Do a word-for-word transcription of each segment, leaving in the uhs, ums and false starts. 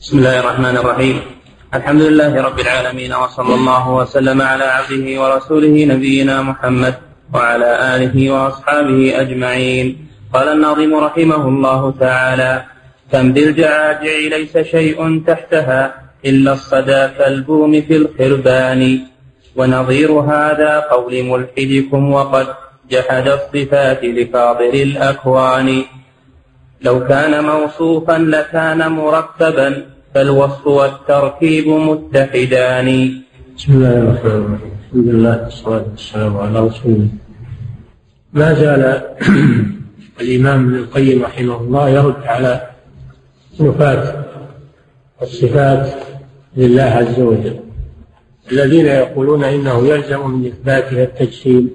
بسم الله الرحمن الرحيم. الحمد لله رب العالمين، وصلى الله وسلم على عبده ورسوله نبينا محمد وعلى آله وأصحابه أجمعين. قال الناظم رحمه الله تعالى: كم بالجعاجع ليس شيء تحتها إلا الصدى كالبوم في الخربان، ونظير هذا قول ملحدكم وقد جحد الصفات لفاضل الأكوان. لو كان موصوفا لكان مركبا، فالوصف والتركيب متحدان. بسم الله الرحمن الرحيم. الحمد لله والصلاة والسلام على رسول الله. ما زال الإمام ابن القيم رحمه الله يرد على نفاة الصفات لله عز وجل الذين يقولون إنه يلزم من إثباتها التجسيم.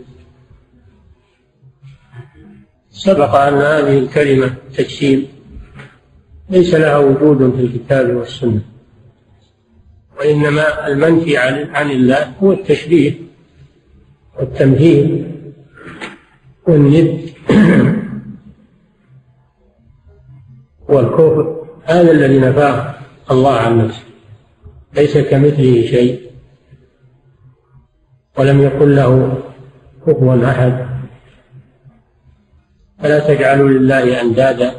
سبق أن هذه الكلمة تجسيم ليس لها وجود في الكتاب والسنة، وإنما المنفي عن الله هو التشبيه والتمثيل والند والكفر. هذا الذي نفاه الله عن نفسه، ليس كمثله شيء، ولم يكن له كفوا أحد. فلا تجعلوا لله أندادا،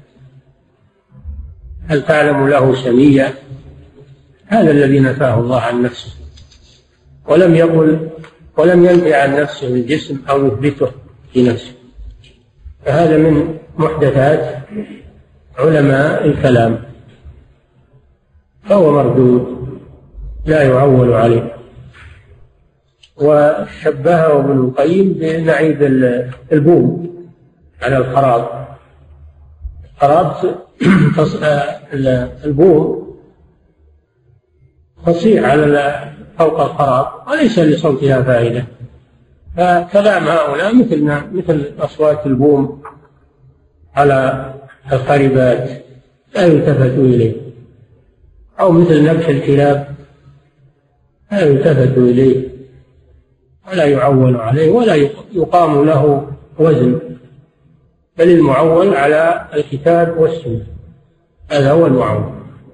هل تعلم له سميا؟ هذا الذي نفاه الله عن نفسه، ولم يقل ولم ينفي عن نفسه الجسم أو يثبته في نفسه. فهذا من محدثات علماء الكلام، فهو مردود لا يعول عليه. وشبهه ابن القيم بنعيد البوم على الخراب. الخراب البوم تصيح على فوق الخراب وليس لصوتها فائدة. فكلام هؤلاء مثلنا مثل أصوات البوم على الخربات لا يلتفت إليه، أو مثل نبح الكلاب لا يلتفت إليه ولا يعول عليه ولا يقام له وزن، بل المعول على الكتاب والسنة، هذا هو المعول.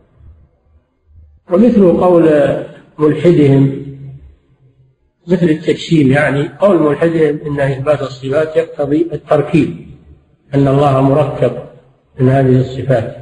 ومثل قول ملحدهم مثل التجسيم، يعني قول ملحدهم إن إثبات الصفات يقتضي التركيب، أن الله مركب من هذه الصفات،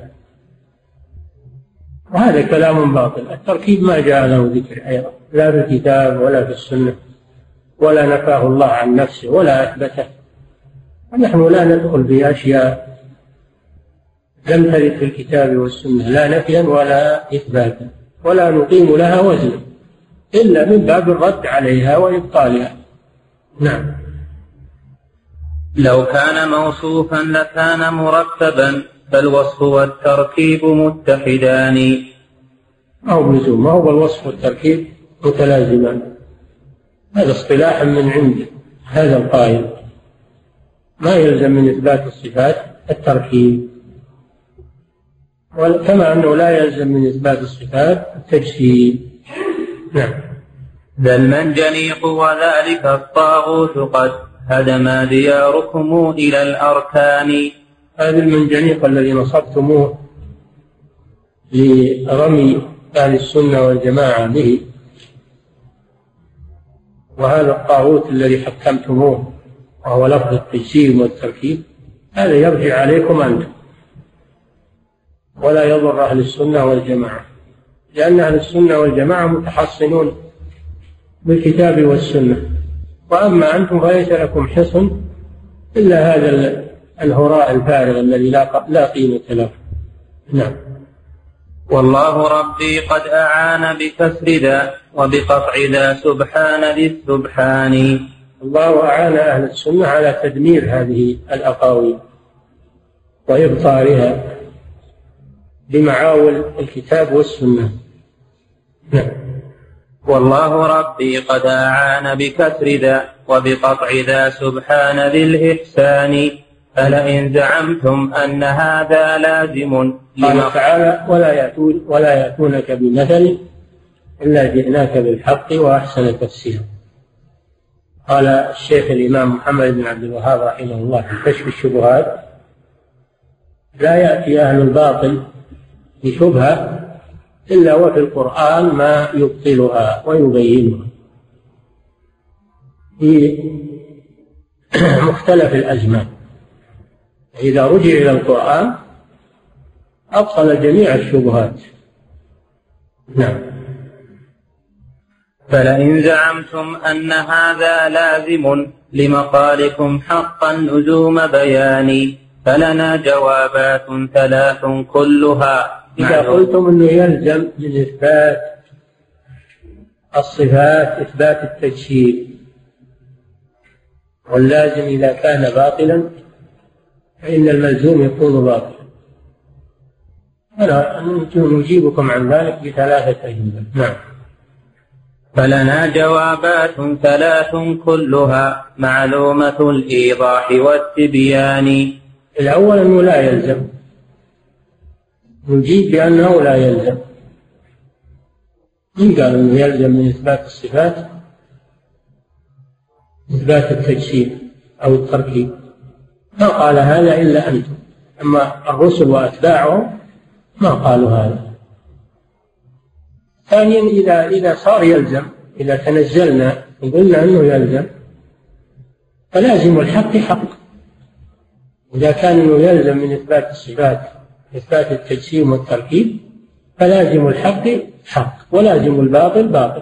وهذا كلام باطل. التركيب ما جاء له ذكر أيضا لا في الكتاب ولا في السنة، ولا نفاه الله عن نفسه ولا أثبته. ونحن لا ندخل في أشياء لم ترد في الكتاب والسنة لا نفيا ولا إثباتا، ولا نقيم لها وزنا إلا من باب الرد عليها وإبطالها. نعم. لو كان موصوفا لكان مركبا، فالوصف والتركيب متحدان. أو بلزوم، ما هو الوصف والتركيب متلازمان، هذا اصطلاح من عند هذا القائل. ما يلزم من إثبات الصفات التركيب، كما أنه لا يلزم من إثبات الصفات التجسيم. نعم. ذا المنجنيق وذلك الطاغوت قد هدم دياركم إلى الأركان. هذا المنجنيق الذي نصبتموه لرمي أهل السنة والجماعة به، وهذا الطاغوت الذي حكمتموه وهو لفظ التجسيم والتركيب، هذا يرجع عليكم أنتم ولا يضر أهل السنة والجماعة، لأن أهل السنة والجماعة متحصنون بالكتاب والسنة، وأما أنتم فليس لكم حصن إلا هذا الهراء الفارغ الذي لا قيمة له. نعم. والله ربي قد أعان بكسر ذا وبقطع ذا سبحان ذي السبحان. الله أعان أهل السنة على تدمير هذه الأقاويل وإبطالها بمعاول الكتاب والسنة. نعم. والله ربي قد أعان بكسر ذا وبقطع ذا سبحان ذي الإحسان. فلئن زعمتم أن هذا لازم، قال تعالى: ولا يأتون ولا يأتونك بمثل إلا جئناك بالحق وأحسن تفسيرا. قال الشيخ الإمام محمد بن عبد الوهاب رحمه الله في كشف الشبهات: لا يأتي أهل الباطل بشبهة إلا وفي القرآن ما يبطلها ويبينها في مختلف الأزمان. إذا رجع إلى القرآن أبطل جميع الشبهات. نعم. فلئن زعمتم أن هذا لازم لمقالكم حقا لزوم بيان فلنا جوابات ثلاث كلها. إذا قلتم أنه يلزم من إثبات الصفات إثبات التجسيم، واللازم إذا كان باطلا فإن الملزوم يكون باطلا، أنا نجيبكم عن ذلك بثلاثة أجوبة. نعم. فلنا جوابات ثلاث كلها معلومة الإيضاح والتبيان. الأول أنه لا يلزم، نجيب بأنه لا يلزم. من قال أنه يلزم من إثبات الصفات إثبات التجسيم أو التركيب؟ ما قال هذا إلا أنتم، أما الرسل وأتباعهم ما قالوا هذا. ثانيا إذا إذا صار يلزم، إذا تنزلنا وقلنا أنه يلزم فلازم الحق حق. إذا كان أنه يلزم من إثبات الصفات إثبات التجسيم والتركيب فلازم الحق حق ولازم الباطل باطل.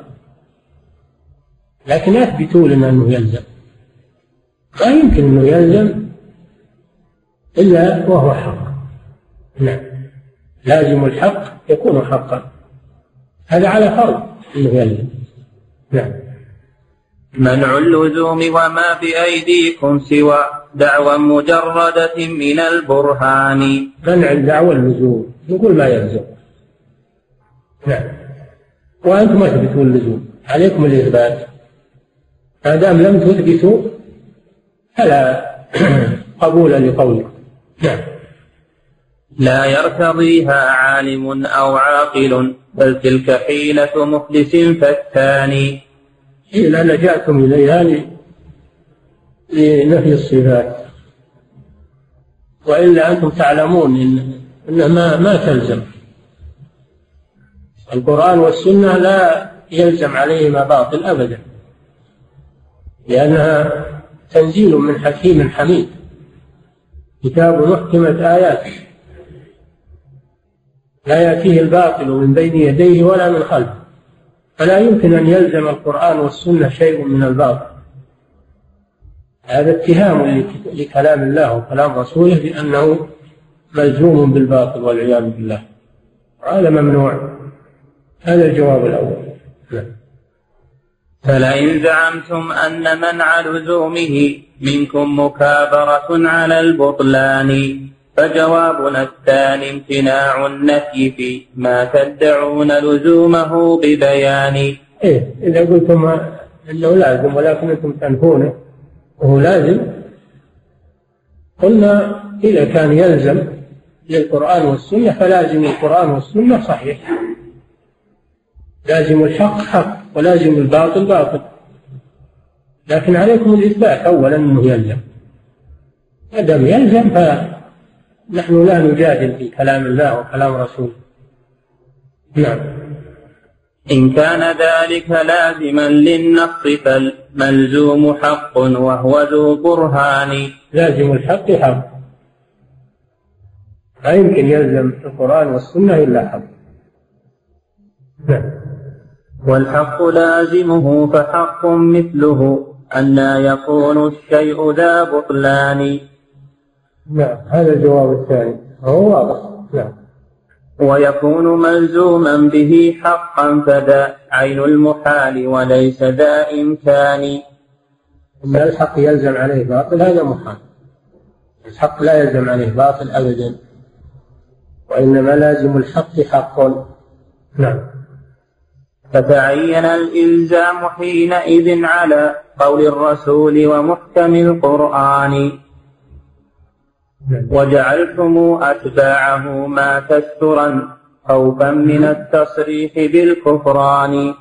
لكن أثبتوا لنا أنه يلزم، لا يمكن أنه يلزم إلا وهو حق. نعم. لازم الحق يكون حقا، هذا على فرض أنه يلزم. نعم. منع اللزوم وما بأيديكم سوى دعوى مجردة من البرهان. منع دعوى اللزوم نقول ما يلزم. نعم. وأنتم ما تثبتون اللزوم، عليكم الإثبات. ما دام لم تثبتوا فلا قبول لقولكم. نعم. لا يرتضيها عالم أو عاقل بل تلك حيلة مخلص فالثاني. حيلة لجأتم إليها لنفي الصفات، وإلا أنتم تعلمون إن إنها ما, ما تلزم. القرآن والسنة لا يلزم عليهما باطل أبدا، لأنها تنزيل من حكيم حميد، كتاب محكمت آيات لا يأتيه الباطل من بين يديه ولا من خلفه، فلا يمكن أن يلزم القرآن والسنة شيء من الباطل. هذا اتهام لكلام الله وكلام رسوله بأنه ملزوم بالباطل والعياذ بالله، هذا ممنوع. هذا الجواب الأول. فلئن زعمتم أن منع لزومه منكم مكابرة على البطلان فجوابنا الثاني امتناع النفي فيما تدعون لزومه ببيان. إيه إذا قلتم أنه لازم ولكن أنتم تنفونه وهو لازم، قلنا إذا كان يلزم للقرآن والسنة فلازم القرآن والسنة صحيح، لازم الحق حق ولازم الباطل باطل، لكن عليكم الإثبات أولا أنه يلزم. ما دام يلزم فنحن لا نجادل في كلام الله وكلام رسوله. نعم. إن كان ذلك لازما للنص فالملزوم حق وهو ذو برهان. لازم الحق حق، لا يمكن يلزم القرآن والسنة إلا حق. نعم. والحق لازمه فحق مثله أن يكون الشيء ذا بطلان. نعم هذا الجواب الثاني هو واضح. نعم. ويكون ملزوما به حقا فذا عين المحال وليس ذا إمكان. أن الحق يلزم عليه باطل هذا محال، الحق لا يلزم عليه باطل أبدا، وإنما لازم الحق حق. نعم. فتعين الإلزام حينئذ على قول الرسول ومحكم القرآن. وجعلتم أتباعه ما تسترا خوفا من التصريح بالكفران.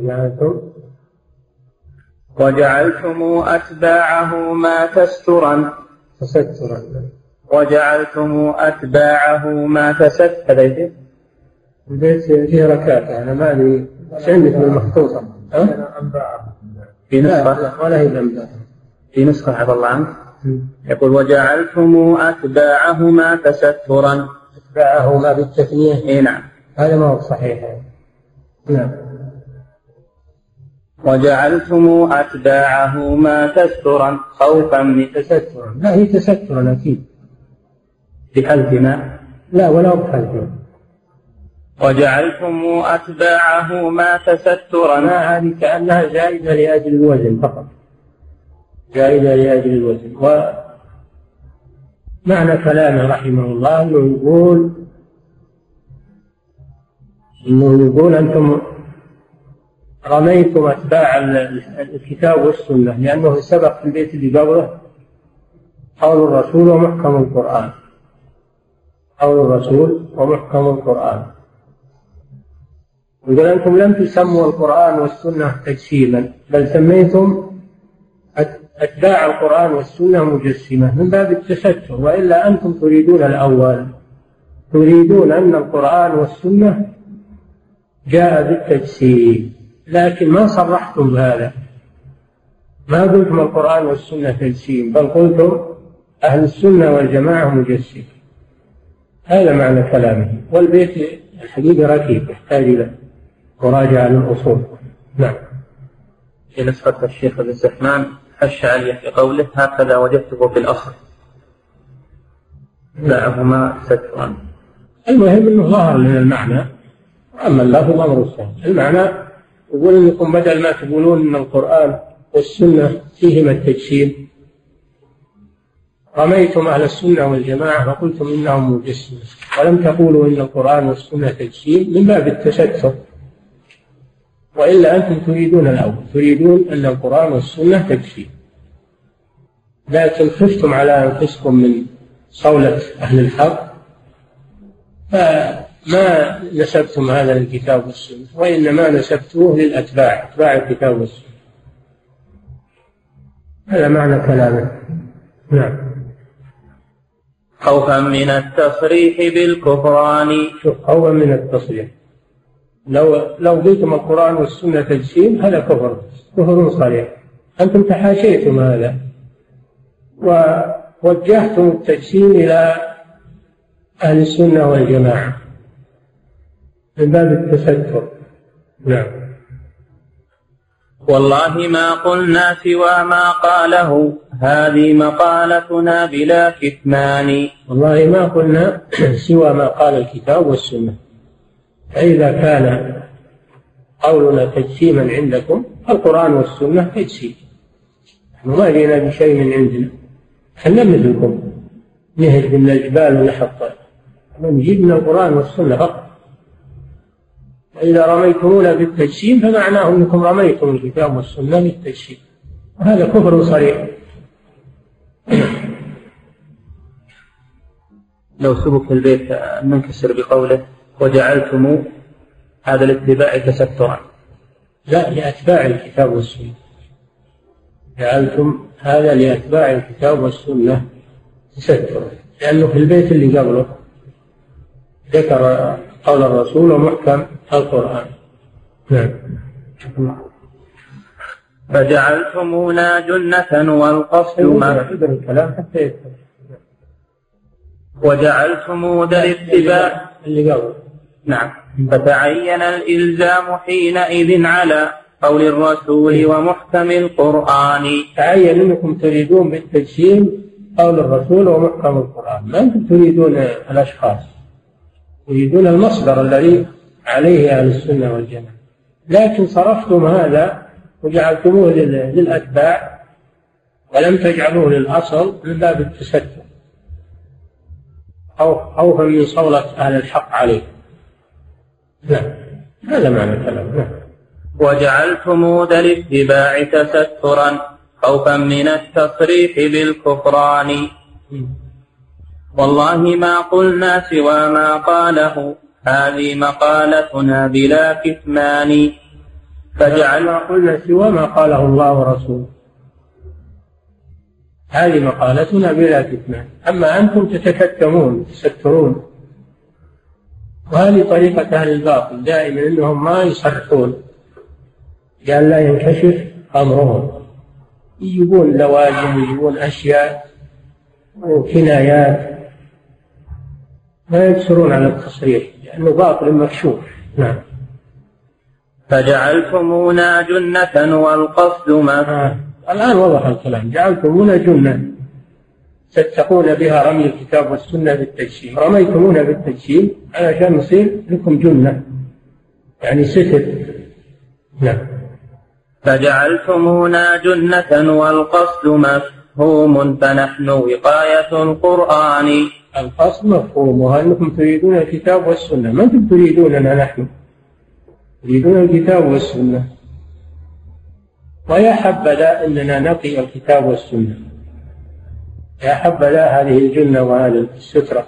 وجعلتم أتباعه ما تسترا تسترا وجعلتم أتباعه ما تسترا البيت فيه ركعة، أنا ما أدري إيش عندك من المخطوطة؟ في نسخة ولا هي الأنباء. في نسخة عفى الله عنك يقول وجعلتم أتباعهما تسترا. أتباعهما بالتثنية. إيه نعم. هذا ما هو صحيح. نعم. وجعلتم أتباعهما تسترا خوفا من تسترا. لا هي تسترا أكيد. بحذف ما. لا ولا بحذف. وجعلتم أتباعهما تسترا. ما هذه كأنها زائدة لأجل الوزن فقط. زائدة لأجل الوزن. ومعنى كلامه رحمه الله أنه يقول أنه يقول أنتم رميتم أتباع الكتاب والسنة، لأنه سبق في البيت اللي قبله قول الرسول ومحكم القرآن. قول الرسول ومحكم القرآن. يقول أنتم لم تسموا القرآن والسنة تجسيما، بل سميتم أتباع القرآن والسنة مجسمة من باب التستر، وإلا أنتم تريدون الأول، تريدون أن القرآن والسنة جاء بالتجسيم، لكن ما صرحتم بهذا، ما قلتم القرآن والسنة تجسيم، بل قلتم أهل السنة والجماعة مجسم. هذا معنى كلامه. والبيت الحقيقة ركيب يحتاج إلى مراجعة للأصول. نعم. في نسخة الشيخ ابن سحمان حش علي في قوله هكذا وجدته في الأصل دعهما سترا. المهم أنه ظهر لنا المعنى، أما اللفظ أمر سهل. المعنى يقول أنكم بدل ما تقولون أن القرآن والسنة فيهما التجسيم رميتم أهل السنة والجماعة فقلتم إنهم مجسمون، ولم تقولوا إن القرآن والسنة تجسيم من باب التستر، وإلا أنتم تريدون الأول، تريدون أن القرآن والسنة تجسيم، لكن خفتم على أنفسكم من صولة أهل الحق فما نسبتم هذا للكتاب والسنة، وإنما نسبتوه للأتباع، أتباع الكتاب والسنة. هذا معنى كلامه. نعم. خوفا من التصريح بالكفران. شوف، خوفا من التصريح، لو لو قلتم القرآن والسنة تجسيم هذا كفر، كفر صريح. أنتم تحاشيتم هذا ووجهتم التجسيم إلى أهل السنة والجماعة من باب التستر. نعم. والله ما قلنا سوى ما قاله، هذه مقالتنا بلا كتمان. والله ما قلنا سوى ما قال الكتاب والسنة، فإذا كان قولنا تجسيما عندكم القرآن والسنة تجسيم، نحن ما جينا بشيء من عندنا، احنا مثلكم نهد من الجبال ونحط، نجيب من القرآن والسنة فقط. وإذا رميتمونا بالتجسيم فمعناه أنكم رميتم الكتاب والسنة بالتجسيم، وهذا كفر صريح. لو سبك البيت ننكسر بقوله وجعلتم هذا الاتباع تسترا. لا، لأتباع الكتاب والسنة، جعلتم هذا لأتباع الكتاب والسنة تسترا، لأنه في البيت اللي قبله ذكر قول الرسول ومحكم القرآن. نعم. فجعلتمونا جنة والقصد ما الكلام حتى يكتب. وجعلتم ذا الاتباع اللي قبله. نعم. فتعين الإلزام حينئذ على قول الرسول ومحكم القرآن. تعين أنكم تريدون بالتجسيم قول الرسول ومحكم القرآن، ما أنتم تريدون الأشخاص، تريدون المصدر الذي عليه أهل السنة والجماعة، لكن صرفتم هذا وجعلتموه للأتباع ولم تجعلوه للأصل من باب التستر أو خوفا من صولة أهل الحق عليه. نعم، هذا معنى الكلام. نعم. وجعلتم ذا الاتباع تسترا خوفا من التصريح بالكفران. والله ما قلنا سوى ما قاله، هذه مقالتنا بلا كتمان. فجعلنا قلنا سوى ما قاله الله ورسوله، هذه مقالتنا بلا كتمان. أما أنتم تتكتمون تسترون وهذه طريقة أهل الباطل دائما أنهم ما يصرحون، قال لا ينكشف أمرهم، يجيبون لوازم، يجيبون أشياء وكنايات، ما يقصرون على التصريح لأنه باطل مكشوف. نعم. فجعلتمونا جنة والقصد ما آه. الآن وضح الكلام. جعلتمونا جنة تتقون بها رمي الكتاب والسنة بالتجسيم، رميتمونا بالتجسيم علشان نصير لكم جنة يعني ستر. نعم. فجعلتمونا جنة والقصد مفهوم فنحن وقاية القرآن. القصد مفهوم، وأنكم تريدون الكتاب والسنة، ما أنتم تريدوننا نحن، تريدون الكتاب والسنة. ويا حبذا أننا نقي الكتاب والسنة، يا حبذا هذه الجنة وهذه السترة،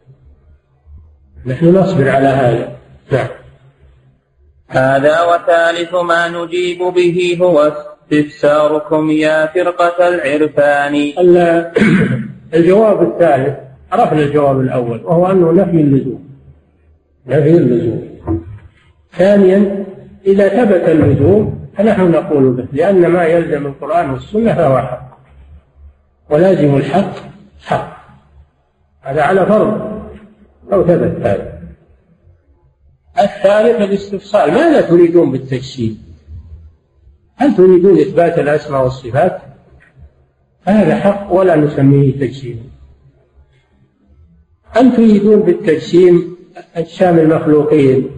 نحن نصبر على هذا. نعم. هذا وثالث ما نجيب به هو استفساركم يا فرقة العرفان. الجواب الثالث عرفنا الجواب الأول وهو أنه نفي اللزوم، نفي اللزوم. ثانيا إذا ثبت اللزوم فنحن نقول به، لأن ما يلزم القرآن والسنة فهو حق، ولازم الحق حق، هذا على فرض لو ثبت هذا. الثالث الاستفصال، ماذا تريدون بالتجسيم؟ هل تريدون إثبات الأسماء والصفات؟ هذا حق ولا نسميه تجسيم. أم تريدون بالتجسيم أجسام المخلوقين؟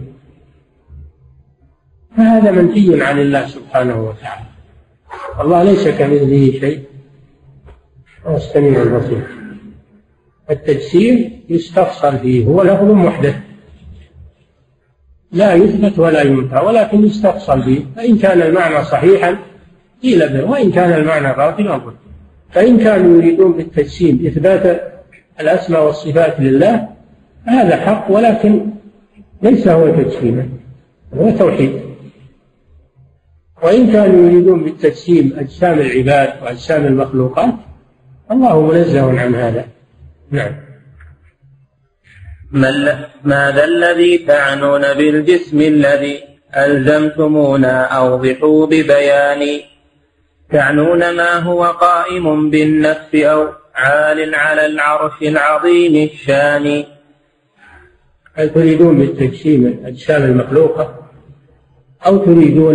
فهذا منفي عن الله سبحانه وتعالى، الله ليس كمثله شيء هو السميع البصير. التجسيم يستفصل فيه، هو لفظ محدث لا يثبت ولا ينفى، ولكن يستفصل به، فإن كان المعنى صحيحا قيل به، وإن كان المعنى باطلا قيل. فإن كانوا يريدون بالتجسيم إثبات الأسماء والصفات لله هذا حق، ولكن ليس هو تجسيما، هو توحيد. وإن كانوا يريدون بالتجسيم أجسام العباد وأجسام المخلوقات الله منزه عن هذا. نعم. ماذا الذي تعنون بالجسم الذي ألزمتمونا أوضحوا ببيان؟ تعنون ما هو قائم بالنفس أو عال على العرش العظيم الشان؟ هل تريدون بالتجسيم الأجسام المخلوقة أو تريدون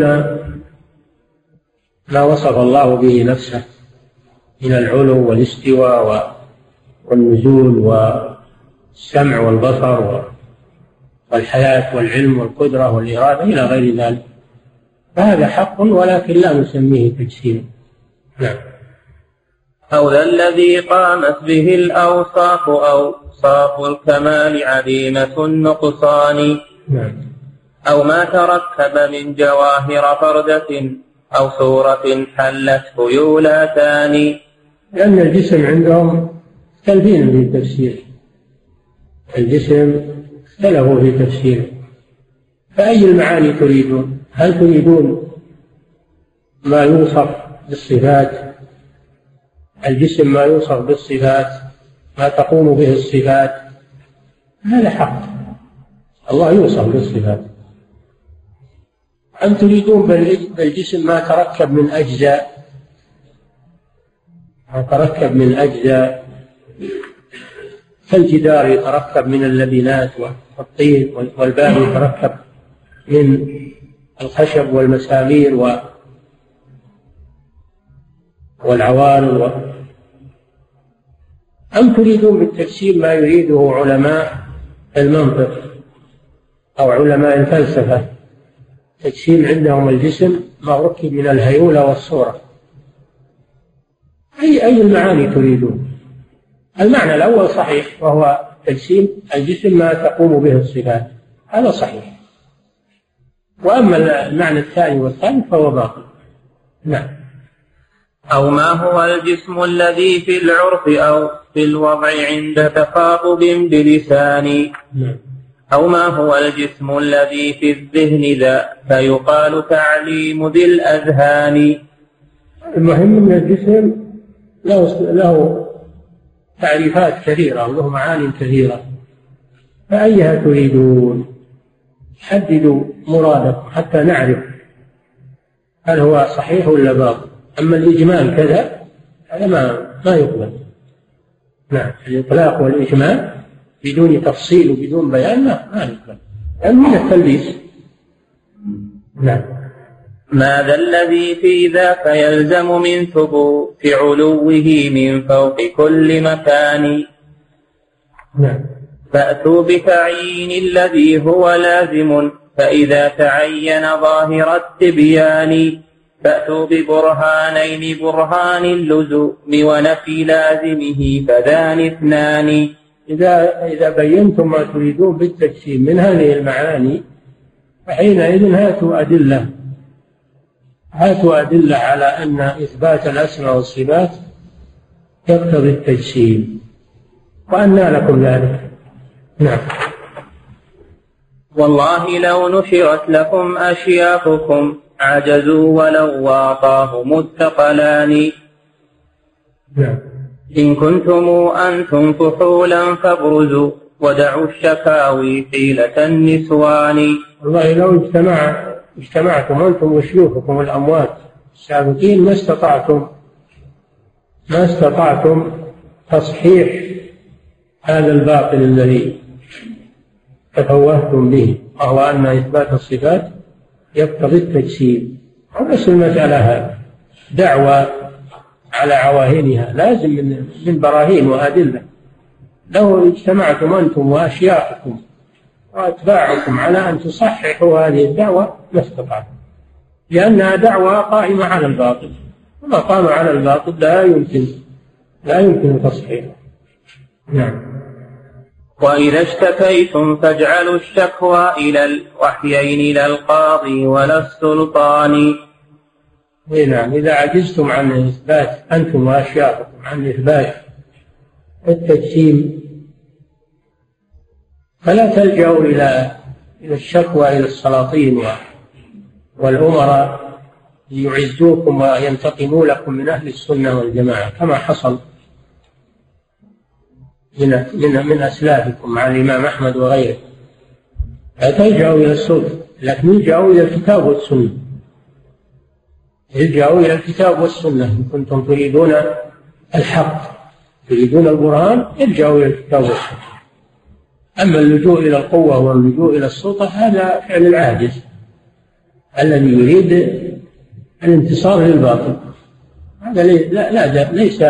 ما وصف الله به نفسه من العلو والاستواء والنزول والسمع والبصر والحياة والعلم والقدرة والإرادة إلى غير ذلك؟ فهذا حق ولكن لا نسميه تجسيما. نعم. أو ذا الذي قامت به الأوصاف أوصاف الكمال عديمة النقصان. نعم. أو ما تركب من جواهر فردة أو صورة حلته يولاتان. لأن الجسم عندهم تلبين في تفسيره، الجسم اختلفوا في تفسيره، فأي المعاني تريدون؟ هل تريدون ما يوصف بالصفات، الجسم ما يوصف بالصفات، ما تقوم به الصفات؟ هذا حق، الله يوصف بالصفات. أم تريدون بالجسم ما تركب من أجزاء، ما تركب من أجزاء كالجدار يتركب من اللبنات والطين، والباب يتركب من الخشب والمسامير والعوارض. أم تريدون بالتجسيم ما يريده علماء المنطق أو علماء الفلسفة؟ تجسيم عندهم الجسم ما ركب من الهيولة والصورة. أي أي المعاني تريدون؟ المعنى الأول صحيح وهو تجسيم الجسم ما تقوم به الصفات، هذا صحيح. وأما المعنى الثاني والثالث فهو باطل. نعم. أو ما هو الجسم الذي في العرف أو في الوضع عند تخاطب بلسان. نعم. أو ما هو الجسم الذي في الذهن ذا فيقال تعليم ذي الأذهان. المهم أن الجسم له, له تعريفات كثيرة وله معاني كثيرة، فأيها تريدون؟ حددوا مرادكم حتى نعرف هل هو صحيح ولا باطل. أما الإجمال كذا هذا ما ما يقبل. نعم، الإطلاق والإجمال بدون تفصيل وبدون بيان ما ما يقبل، يعني من التلبيس. نعم. ماذا الذي في ذاك يلزم من ثبوت علوه من فوق كل مكان؟ نعم. فأتوا بتعيين الذي هو لازم، فإذا تعين ظاهر التبيان فأتوا ببرهانين، برهان اللزوم ونفي لازمه فذان اثنان. إذا إذا بينتم ما تريدون بالتجسيم من هذه المعاني فحينئذ هاتوا أدلة هاتوا أدلة على أن إثبات الأسماء والصفات يقتضي التجسيم، وأنى لكم ذلك. نعم. والله لو نشرت لكم أشياخكم عجزوا ولو واطاهم الثقلان. نعم. إن كنتم أنتم فحولا فابرزوا ودعوا الشكاوي حيلة النسوان. والله لو اجتمع اجتمعتم أنتم وشيوخكم الأموات السابقين ما استطعتم ما استطعتم تصحيح هذا الباطل الذي تفوهتم به، وهو أن إثبات الصفات يقتضي التجسيم. بس المسألة هذه دعوة على عواهنها، لازم من من براهين وأدلة. لو اجتمعتم أنتم وأشياخكم وأتباعكم على أن تصححوا هذه الدعوة ما استطعتم، لأنها دعوة قائمة على الباطل، وما قام على الباطل لا يمكن لا يمكن تصحيحه. نعم. وإذا اشتكيتم فاجعلوا الشكوى إلى الوحيين لا القاضي ولا السلطان. نعم. إذا عجزتم عن إثبات أنتم وأشياخكم عن إثبات التجسيم فلا تلجأوا إلى إلى الشكوى إلى السلاطين والأمراء ليعزوكم وينتقموا لكم من أهل السنة والجماعة، كما حصل من من من أسلافكم مع الإمام أحمد وغيره. لا تلجأوا إلى السلطة، لكن الجأوا إلى الكتاب والسنة. الجأوا إلى الكتاب والسنة إن كنتم تريدون الحق، تريدون البرهان، الجأوا إلى الكتاب والسنة. أما اللجوء إلى القوة واللجوء إلى السلطة هذا فعل العاجز الذي يريد الانتصار للباطل. هذا لا لا ليس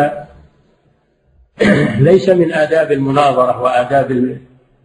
ليس من آداب المناظرة وآداب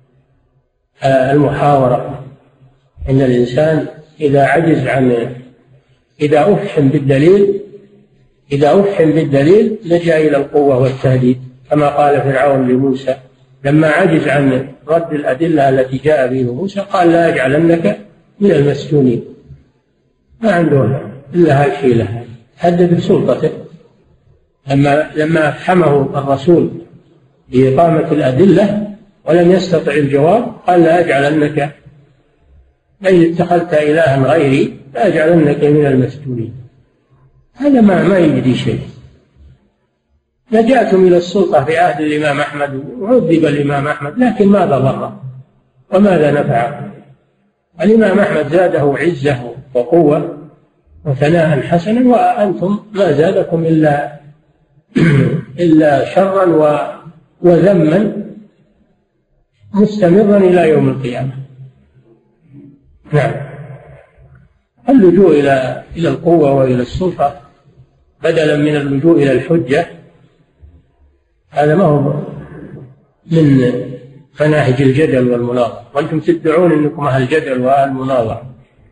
المحاورة. إن الإنسان إذا عجز عن إذا أفحم بالدليل إذا أفحم بالدليل لجأ إلى القوة والتهديد، كما قال فرعون لموسى لما عجز عن رد الأدلة التي جاء به موسى قال لا أجعلنك من المسجونين. ما عنده إلا هالحيلة، هدد بسلطته. لما لما أفحمه الرسول بإقامة الأدلة ولم يستطع الجواب قال لا أجعلنك لئن اتخذت إلها غيري لا أجعلنك من المسجونين. هذا ما ما يجدي شيء. لجأتم إلى السلطة في عهد الإمام أحمد وعذب الإمام أحمد، لكن ماذا ضر وماذا نفع؟ الإمام أحمد زاده عزة وقوة وثناء حسنا، وأنتم ما زادكم إلا إلا شرا وذما مستمرا إلى يوم القيامة. نعم. اللجوء إلى إلى القوة وإلى السلطة بدلا من اللجوء إلى الحجة هذا ما هو من مناهج الجدل والمناظرة، وأنتم تدعون أنكم أهل جدل وأهل مناظرة.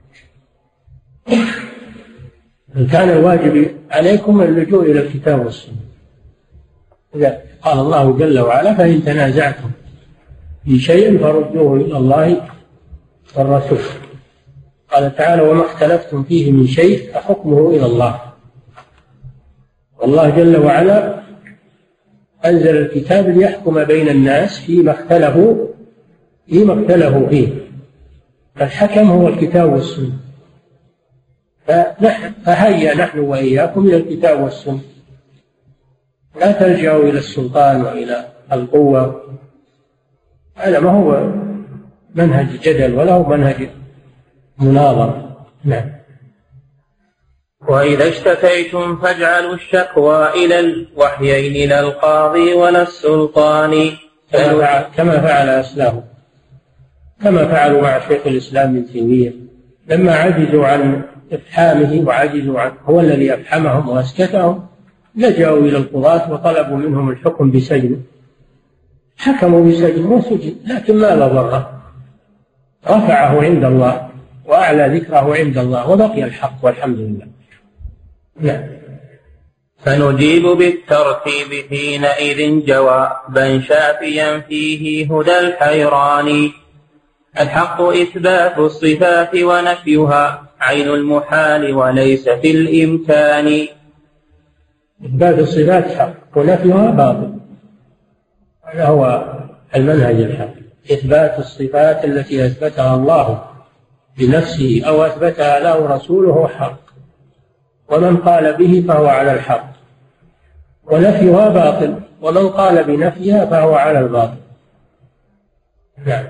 كان الواجب عليكم اللجوء إلى الكتاب والسنة. إذا قال الله جل وعلا فإن تنازعتم في شيء فردوه إلى الله والرسول. قال تعالى وما اختلفتم فيه من شيء فحكمه إلى الله. والله جل وعلا أنزل الكتاب ليحكم بين الناس فيما اختلفوا فيما اختلفوا فيه، فالحكم هو الكتاب والسنة. فهيا نحن وإياكم إلى الكتاب والسنة، لا تلجأوا إلى السلطان وإلى القوة. هذا ما هو منهج جدل ولا هو منهج مناظرة. نعم. وإذا اشتكيتم فاجعلوا الشكوى إلى الوحيين لا القاضي ولا السلطان، كما فعل, كما فعل أسلافه، كما فعلوا مع شيخ الإسلام ابن تيمية لما عجزوا عن إفحامه وعجزوا عن هو الذي أفحمهم وأسكتهم، لجأوا إلى القضاة وطلبوا منهم الحكم بسجن، حكموا بسجن وسجن، لكن ماذا ضره؟ رفعه عند الله وأعلى ذكره عند الله وبقي الحق والحمد لله. نعم. فنجيب بالترتيب حينئذ جوابا شافيا فيه هدى الحيران. الحق إثبات الصفات ونفيها عين المحال وليس في الإمكان. إثبات الصفات حق ونفيها باطل، هذا هو المنهج الحق. إثبات الصفات التي أثبتها الله بنفسه أو أثبتها له رسوله حق، ومن قال به فهو على الحق، ونفيها باطل، ومن قال بنفيها فهو على الباطل. نعم.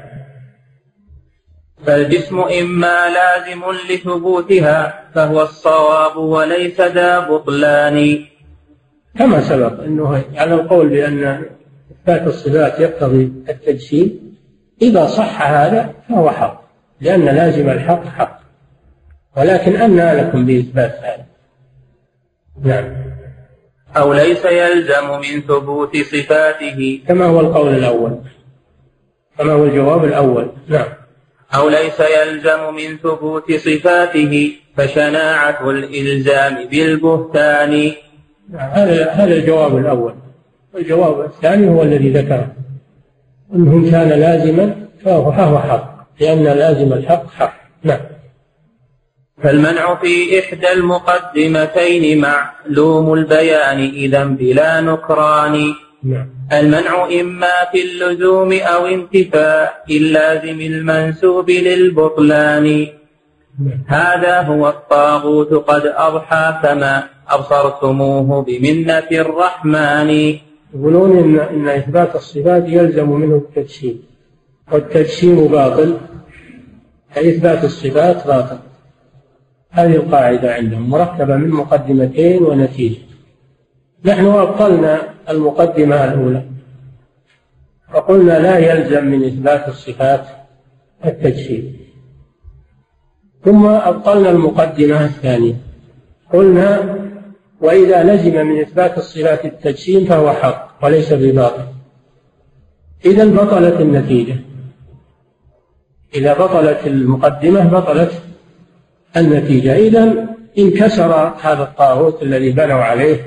فالجسم إما لازم لثبوتها فهو الصواب وليس ذا بطلان. كما سبق أنه على القول بأن إثبات الصفات يقتضي التجسيم، إذا صح هذا فهو حق، لأن لازم الحق حق، ولكن أنى لكم بإثبات هذا. نعم. أو ليس يلزم من ثبوت صفاته، كما هو القول الأول، كما هو الجواب الأول. نعم. أو ليس يلزم من ثبوت صفاته فشناعة الإلزام بالبهتان. هذا هذا الجواب الأول. الجواب الثاني هو الذي ذكره، أنه كان لازما فهو فهو حق، لأن لازم الحق حق. نعم. فالمنع في إحدى المقدمتين معلوم البيان إذا بلا نكران. نعم. المنع إما في اللزوم أو انتفاء اللازم المنسوب للبطلان. نعم. هذا هو الطاغوت قد أضحى كما أبصرتموه بمنة الرحمن. يقولون إن, إن إثبات الصفات يلزم منه التجسيم، والتجسيم باطل، فإثبات الصفات باطل. هذه القاعدة عندهم مركبة من مقدمتين ونتيجة. نحن أبطلنا المقدمة الأولى وقلنا لا يلزم من إثبات الصفات التجسيم، ثم أبطلنا المقدمة الثانية، قلنا وإذا لزم من إثبات الصفات التجسيم فهو حق وليس بباطل. إذا بطلت النتيجة، إذا بطلت المقدمة بطلت النتيجة. إذا انكسر هذا الطاغوت الذي بنوا عليه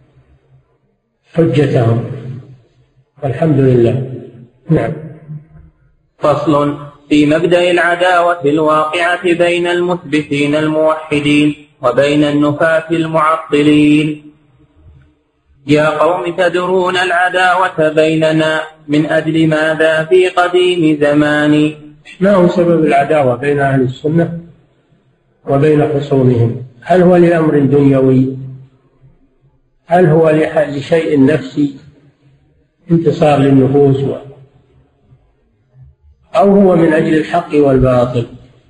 حجتهم، والحمد لله. نعم. فصل في مبدأ العداوة الواقعة بين المثبتين الموحدين وبين النفاة المعطلين. يا قوم تدرون العداوة بيننا من أجل ماذا في قديم زمان. ما هو سبب العداوة بين أهل السنة وبين خصومهم؟ هل هو لأمر دنيوي؟ هل هو لشيء نفسي انتصار للنفوس، أو هو من أجل الحق والباطل؟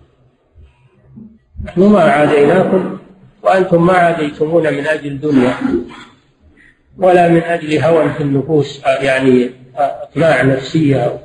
نحن ما عاديناكم وأنتم ما عاديتمونا من أجل دنيا ولا من أجل هوى في النفوس، يعني أطماع نفسية،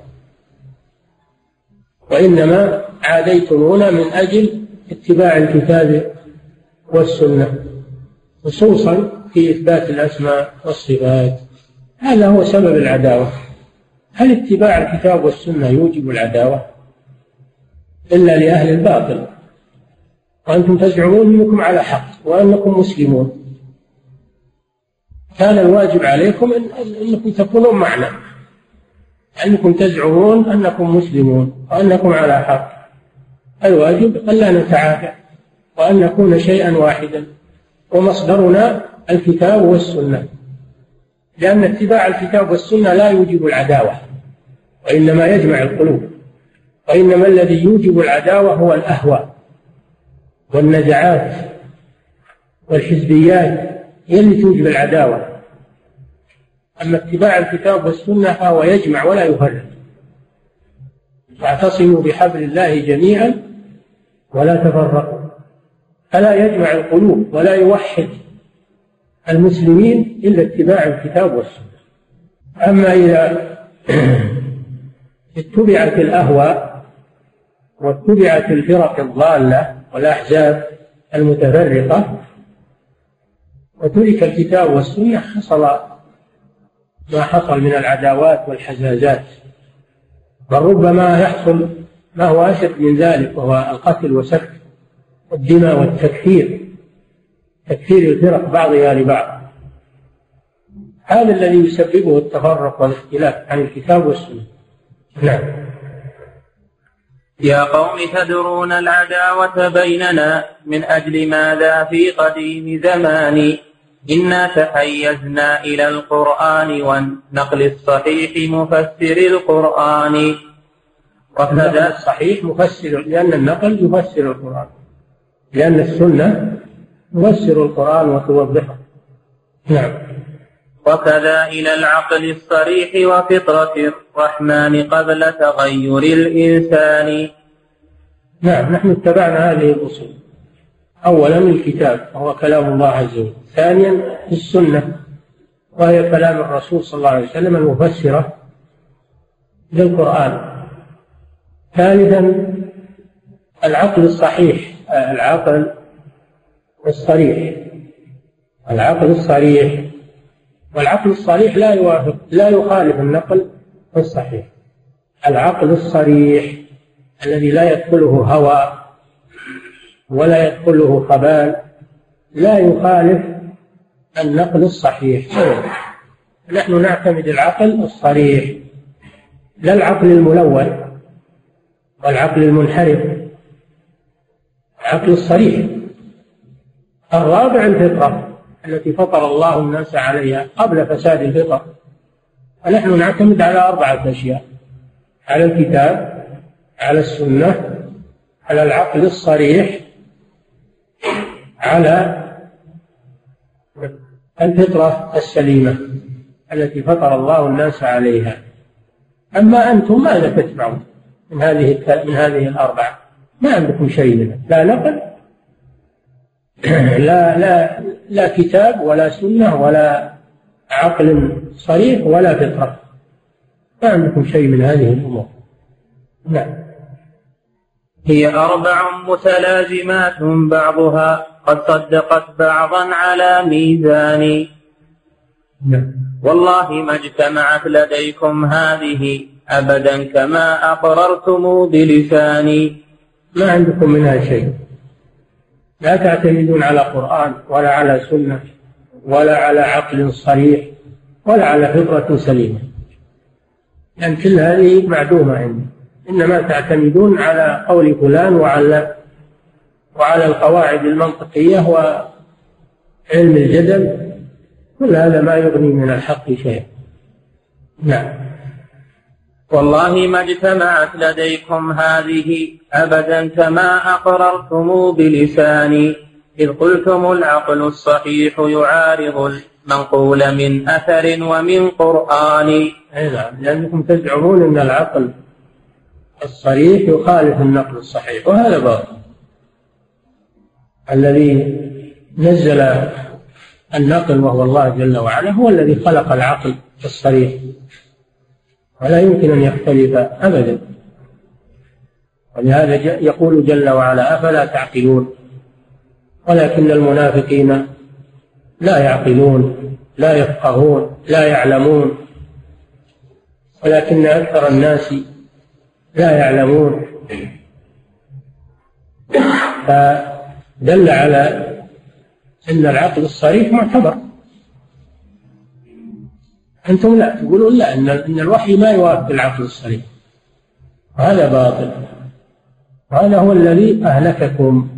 وإنما عاديتمونا من أجل اتباع الكتاب والسنة، خصوصا في إثبات الأسماء والصفات. هذا هو سبب العداوة. هل اتباع الكتاب والسنة يوجب العداوة؟ إلا لأهل الباطل، وأنتم تزعمون أنكم على حق وأنكم مسلمون. كان الواجب عليكم إن أنكم تكونوا معنا، أنكم تزعمون أنكم مسلمون وأنكم على حق. الواجب ألا نتعافى وأن نكون شيئا واحدا، ومصدرنا الكتاب والسنة، لأن اتباع الكتاب والسنة لا يوجب العداوة وإنما يجمع القلوب، وإنما الذي يوجب العداوة هو الأهواء والنزعات والحزبيات، هي اللي توجب العداوة. أما اتباع الكتاب والسنة فهو يجمع ولا يفرق. واعتصموا بحبل الله جميعا ولا تفرقوا. فلا يجمع القلوب ولا يوحد المسلمين إلا اتباع الكتاب والسنة. أما إذا اتبعت الأهواء واتبعت الفرق الضالة والأحزاب المتفرقة وترك الكتاب والسنة حصل ما حصل من العداوات والحزازات، بل ربما يحصل ما هو أشد من ذلك، وهو القتل وسفك الدماء والتكفير، تكفير الفرق بعضها لبعض. هذا الذي يسببه التفرق والاختلاف عن الكتاب والسنة. نعم. يا قوم تدرون العداوة بيننا من أجل ماذا في قديم زمان إنا تحيزنا إلى القرآن والنقل الصحيح مفسر القرآن. وكذا الصحيح مفسر، لأن النقل يفسر القرآن، لأن السنة تفسر القرآن وتوضحه. نعم. وكذا إلى العقل الصريح وفطرة الرحمن قبل تغير الإنسان. نعم، نحن اتبعنا هذه الأصول. أولا الكتاب وهو كلام الله عز وجل، ثانيا السنة وهي كلام الرسول صلى الله عليه وسلم المفسرة للقرآن، ثالثا العقل الصحيح، العقل الصريح، العقل الصريح. والعقل الصريح لا يوافق لا يخالف النقل الصحيح. العقل الصريح الذي لا يدخله هوى ولا يدخله خبال لا يخالف النقل الصحيح. نحن نعتمد العقل الصريح لا العقل الملون والعقل المنحرف، العقل الصريح. الرابع الفطرة التي فطر الله الناس عليها قبل فساد الفطر. ونحن نعتمد على أربعة أشياء: على الكتاب، على السنة، على العقل الصريح، على الفطرة السليمة التي فطر الله الناس عليها. أما أنتم ماذا تتبعون من هذه من هذه الأربعة؟ ما عندكم شيء منها، لا نقل، لا لا لا كتاب ولا سنة ولا عقل صريح ولا فطرة، ما عندكم شيء من هذه الأمور. نعم. هي أربع متلازمات بعضها قد صدقت بعضا على ميزان. نعم. والله ما اجتمعت لديكم هذه أبدا كما أقررتم بلساني. ما عندكم منها شيء، لا تعتمدون على قرآن ولا على سنة ولا على عقل صريح ولا على فطرة سليمة، لأن يعني كل هذه معدومة عندي. إنما تعتمدون على قول فلان وعلى وعلى القواعد المنطقية وعلم الجدل، كل هذا ما يغني من الحق شيئا. نعم. والله ما اجتمعت لديكم هذه أبدا كما أقررتم بلساني إذ قلتم العقل الصحيح يعارض المنقول من أثر ومن قرآن. نعم، لأنكم تزعمون أن العقل الصريح يخالف النقل الصحيح، وهذا باطل. الذي نزل النقل وهو الله جل وعلا هو الذي خلق العقل الصريح، ولا يمكن أن يختلف أبدا. ولهذا يقول جل وعلا: أفلا تعقلون؟ ولكن المنافقين لا يعقلون، لا يفقهون، لا يعلمون، ولكن أكثر الناس لا يعلمون. فدل على أن العقل الصريح معتبر. أنتم لا تقولون لا، إن إن الوحي ما يوافق العقل الصريح، هذا باطل، وهذا هو الذي أهلككم.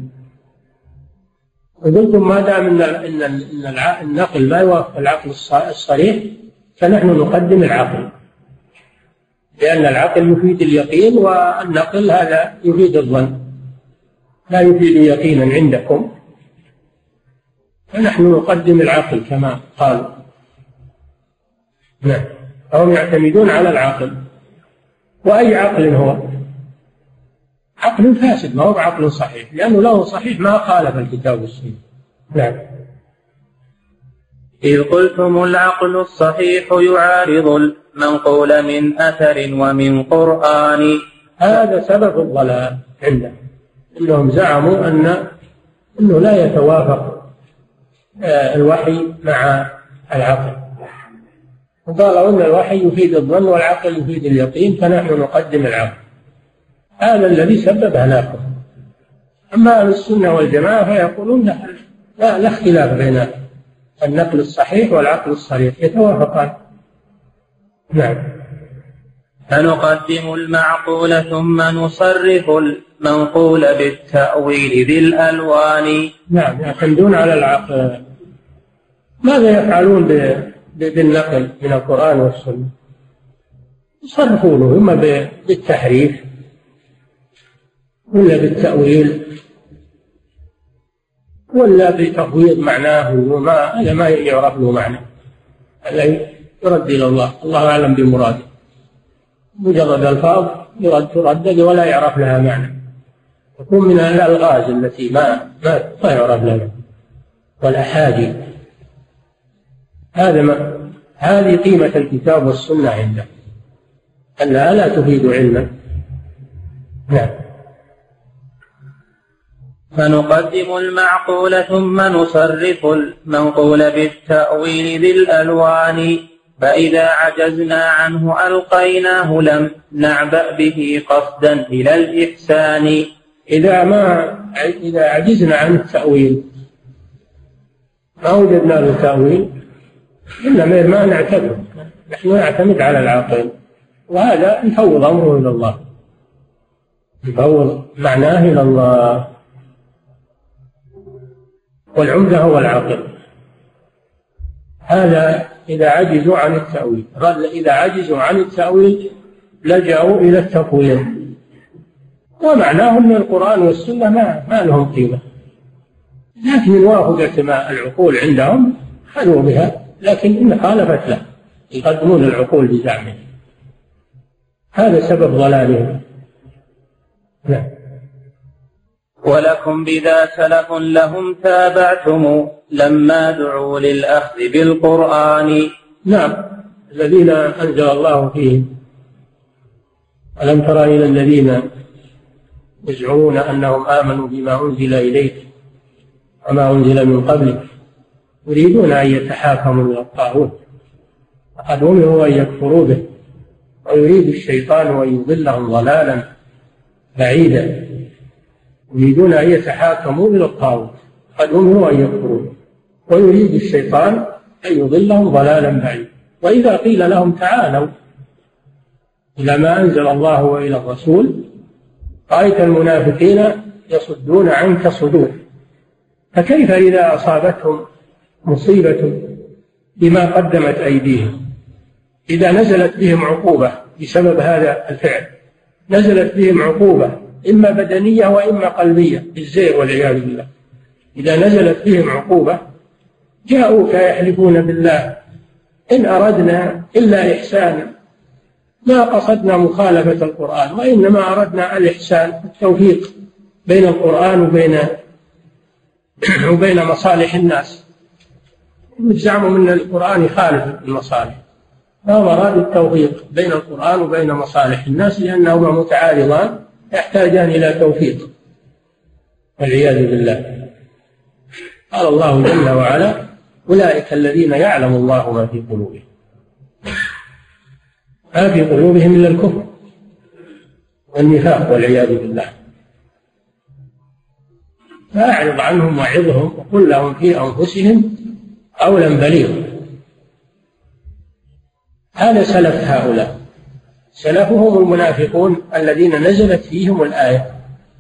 وقلتم ما دام إن إن إن النقل لا يوافق العقل الصريح فنحن نقدم العقل، لأن العقل يفيد اليقين والنقل هذا يفيد الظن، لا يفيد يقينا عندكم، فنحن نقدم العقل كما قالوا. نعم. فهم يعتمدون على العقل. وأي عقل هو؟ عقل فاسد ما هو بعقل صحيح، لأنه لو صحيح ما خالف الكتاب والسنة. نعم. إذ قلتم العقل الصحيح يعارض المنقول من أثر ومن قرآن. هذا سبب الضلال عندهم، إنهم زعموا أن أنه لا يتوافق الوحي مع العقل، وقالوا أن الوحي يفيد الظن والعقل يفيد اليقين، فنحن نقدم العقل. هذا الذي سبب هلاكهم. أما أهل السنة والجماعة فيقولون لا, لا اختلاف بين النقل الصحيح والعقل الصريح، يتوافقان. نعم. فنقدم المعقول ثم نصرف المنقول بالتأويل بالألوان. نعم، يعتمدون على العقل. ماذا يفعلون بالنقل من القرآن والسنة؟ يصرفونه إما بالتحريف ولا بالتأويل ولا بتفويض معناه، وما هذا ما يعرف له معنى، هذا يرد إلى الله، الله أعلم بمراده. مجرد الفاظ يرد تردد ولا يعرف لها معنى، تكون من الألغاز التي ما ما ما يعرف لها، والأحاديث. هذا ما هذه قيمة الكتاب والسنة عنده، أنها لا تفيد علما. نعم. فنقدم المعقول ثم نصرف المنقول بالتأويل بالألوان، فإذا عجزنا عنه ألقيناه لم نعبأ به قصدا إلى الإحسان. إذا ما إذا عجزنا عن التأويل، ما وجدنا له تأويل، إنما ما نعتبر، نحن نعتمد على العقل، وهذا نفوض أمره إلى الله، نفوض معناه إلى الله، والعمدة هو العقل. هذا إذا عجزوا عن التأويل. إذا عجزوا عن التأويل لجأوا إلى التفويض، ومعناه أن القرآن والسنة ما, ما لهم قيمة، لكن إن وافقت ما العقول عندهم خلوا بها، لكن إن خالفت لا يقدمون العقول بزعمهم. هذا سبب ضلالهم. نعم. ولكم بذا سلف لهم تابعتم لما دعوا للأخذ بالقرآن. نعم، الذين أنزل الله فيهم. ألم تر إلى الذين يزعمون أنهم آمنوا بما أنزل إليك وما أنزل من قبلك يريدون أن يتحاكموا إلى الطاغوت وقد أمروا أن يكفروا به، ويريد الشيطان أن يضلهم ضلالا بعيدا. يريدون أن يتحاكموا إلى الطاغوت قد أمروا أن يكفروا، ويريد الشيطان أن يضلهم ضلالا بعيدا. وإذا قيل لهم تعالوا إلى ما أنزل الله وإلى الرسول رأيت المنافقين يصدون عنك صدور. فكيف إذا أصابتهم مصيبة بما قدمت أيديهم، إذا نزلت بهم عقوبة بسبب هذا الفعل، نزلت بهم عقوبة إما بدنية وإما قلبية بالزيغ والعياذ بالله، إذا نزلت بهم عقوبة جاءوك يحلفون بالله إن أردنا إلا إحسانا ما قصدنا مخالفة القرآن، وإنما أردنا الإحسان، التوفيق بين القرآن وبين وبين مصالح الناس. زعموا من القرآن يخالف المصالح، فهم أرادوا التوفيق بين القرآن وبين مصالح الناس، لأنهما متعارضان يحتاجان إلى توفيق والعياذ بالله. قال الله جل وعلا أولئك الذين يعلم الله ما في قلوبهم، ما في قلوبهم إلا الكفر والنفاق والعياذ بالله. فأعرض عنهم وعظهم وقل لهم في أنفسهم قولا بليغا. هذا سلف هؤلاء، سلفهم المنافقون الذين نزلت فيهم الآية،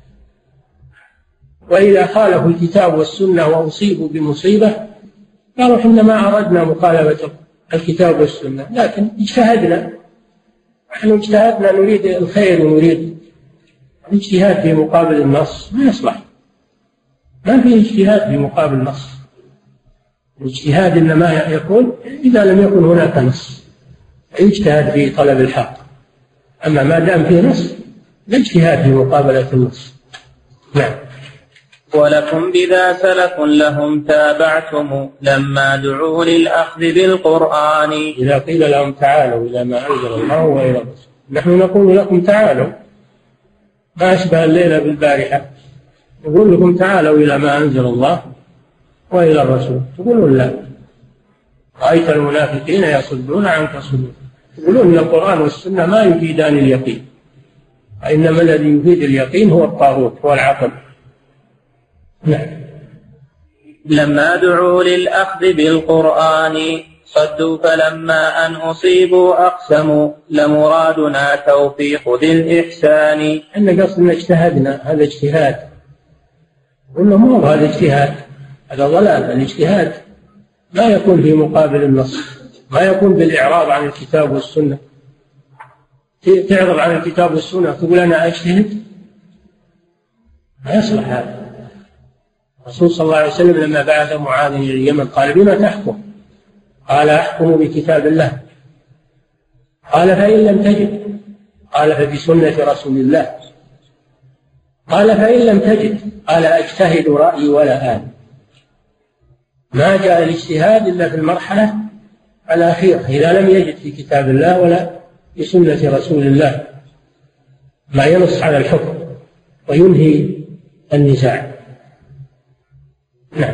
وإذا خالفوا الكتاب والسنة وأصيبوا بمصيبة قالوا إحنا ما أردنا مخالفة الكتاب والسنة، لكن اجتهدنا، نحن اجتهدنا نريد الخير ونريد الاجتهاد في مقابل النص ما يصلح، ما في اجتهاد في مقابل نص. الاجتهاد إنما يكون إذا لم يكن هناك نص، يجتهد في طلب الحق، أما ما دام فيه نص لا اجتهاد في مقابلة النص. نعم. ولكم بذا سلف لهم تابعتم لما دعوا للأخذ بالقرآن. إذا قيل لهم تعالوا إلى ما أنزل الله وإلى الرسول، نحن نقول لكم تعالوا، ما أشبه الليلة بالبارحة، نقول لكم تعالوا إلى ما أنزل الله وإلى الرسول، تقولون لا. رأيت المنافقين يصدون عنك صدور، يقولون أن القرآن والسنة ما يفيدان اليقين، وإنما الذي يفيد اليقين هو الطاغوت، هو العقل. نعم. لما دعوا للأخذ بالقرآن صدوا فلما أن أصيبوا أقسموا لمرادنا توفيق ذي الإحسان. إن قصدنا اجتهدنا، هذا اجتهاد، قلنا مو هذا اجتهاد، هذا ضلال. الاجتهاد ما يكون في مقابل النص، ما يكون بالإعراض عن الكتاب والسنة. تعرض عن الكتاب والسنة تقول أنا أجتهد، ما يصلح هذا. الرسول صلى الله عليه وسلم لما بعث معاذ إلى اليمن قال بما تحكم؟ قال أحكم بكتاب الله. قال فإن لم تجد؟ قال فبسنة رسول الله. قال فإن لم تجد؟ قال أجتهد رأيي ولا آل. ما جاء الاجتهاد إلا في المرحلة الأخيرة، إذا لم يجد في كتاب الله ولا في سنة رسول الله ما ينص على الحكم وينهي النزاع. نعم.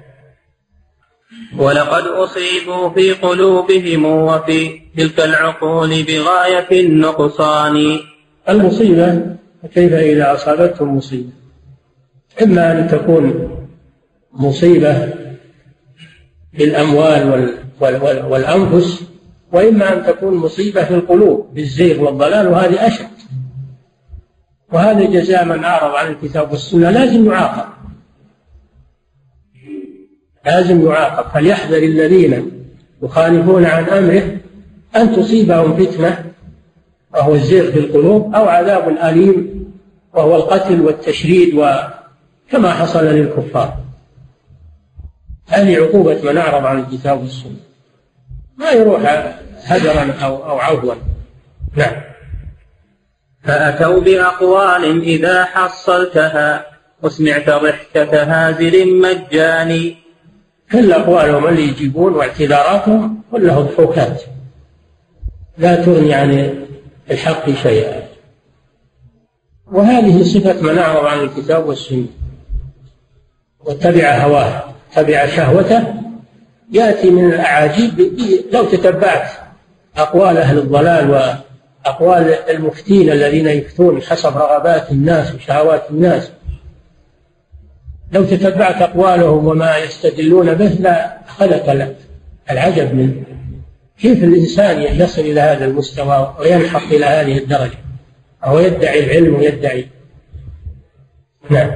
ولقد أصيبوا في قلوبهم وفي تلك العقول بغاية النقصان. المصيبة كيف إذا أصابتهم مصيبة؟ إما أن تكون مصيبة بالأموال والأنفس، وإما أن تكون مصيبة في القلوب بالزيغ والضلال، وهذه أشد، وهذا جزاء من أعرض عن الكتاب والسنة لازم يعاقب، لازم يعاقب. فليحذر الذين يخالفون عن أمره أن تصيبهم فتنة وهو الزيغ في القلوب، أو عذاب أليم وهو القتل والتشريد، وكما حصل للكفار. هذه عقوبة من أعرض عن الكتاب والسنة، ما يروح هدرا أو, أو عفوا. نعم. فأتوا بأقوال إذا حصلتها وسمعت ضحكة هازل مجاني. كل أقوالهم اللي يجيبون واعتذاراتهم كلها ضحوكات لا تغني عن الحق شيئا، وهذه صفة من أعرض عن الكتاب والسنة واتبع هواه، تبع شهوته، يأتي من الأعاجيب. لو تتبعت أقوال أهل الضلال وأقوال المفتين الذين يفتون حسب رغبات الناس وشهوات الناس، لو تتبعت أقوالهم وما يستدلون به لا خلق العجب منه. كيف الإنسان يصل إلى هذا المستوى وينحط إلى هذه الدرجة، أو يدعي العلم ويدعي. نعم.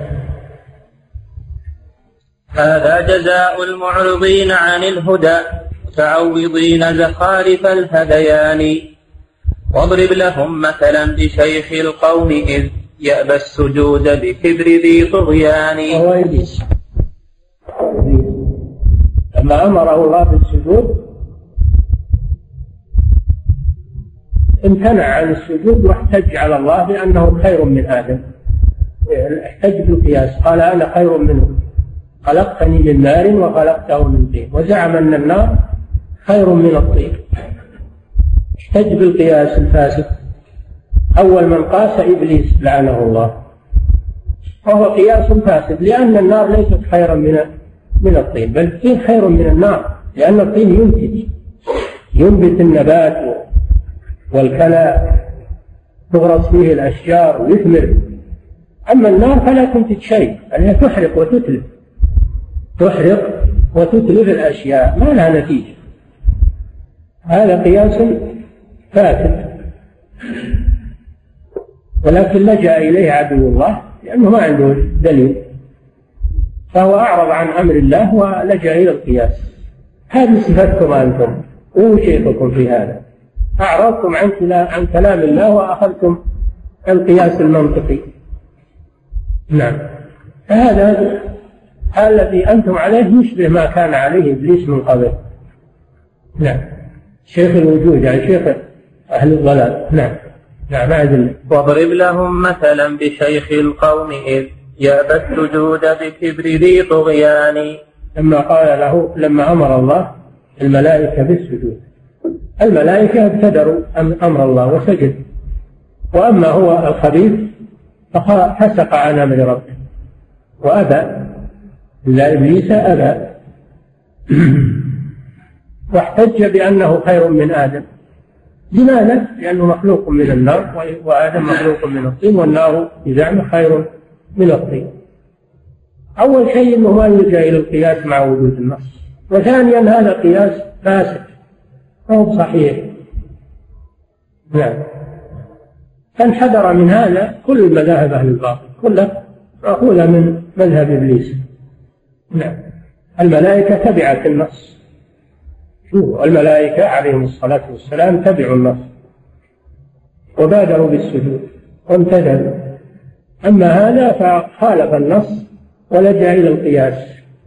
هذا جزاء المعرضين عن الهدى متعوضين زخارف الهذيان. واضرب لهم مثلا بشيخ القوم إذ يأبى السجود بكبر ذي طغيان. وهو إبليس لما أمره الله بالسجود امتنع عن السجود واحتج على الله بأنه خير من آدم، احتج بالقياس، قال أنا خير منه، خلقتني من نار وخلقته من طين، وزعم أن النار خير من الطين. احتج بالقياس الفاسد. أول من قاس إبليس لعنه الله، وهو قياس فاسد، لأن النار ليست خيرا من من الطين، بل الطين خير من النار، لأن الطين ينتج ينبت النبات والكلى، تغرس فيه الأشجار ويثمر. أما النار فلا تنتج شيء، لأنها تحرق وتتلف، تحرق وتتلف الأشياء، ما لها نتيجة. هذا قياس فاسد، ولكن لجأ إليه عدو الله لأنه ما عنده دليل، فهو أعرض عن أمر الله ولجأ إلى القياس. هذه صفتكم أنتم وشيخكم في هذا، أعرضتم عن عن كلام الله وأخذتم القياس المنطقي. نعم. فهذا الذي أنتم عليه يشبه ما كان عليه إبليس من قبل. نعم. شيخ الوجود يعني شيخ أهل الضلال. نعم. نعم أدل. واضرب لهم مثلا بشيخ القوم إذ يأبى السجود بكبر ذي طغيان. لما قال له لما أمر الله الملائكة بالسجود، الملائكة ابتدروا أمر الله وسجد، وأما هو الخبيث ففسق عن أمر ربه وأبى، إلا إبليس أبى واحتج بأنه خير من آدم. لماذا؟ لأنه مخلوق من النار وآدم مخلوق من الطين، والنار بزعمه خير من الطين. أول شيء أنه ما يلجأ إلى القياس مع وجود النص، وثانيا هذا قياس فاسد أو صحيح. نعم. فانحدر من هذا كل المذاهب أهل الباطل كلها مأخوذة من مذهب إبليس. نعم. الملائكة تبعت النص، الملائكة عليهم الصلاة والسلام تبعوا النص وبادروا بالسجود وامتثلوا. أما هذا فخالف النص ولجأ إلى القياس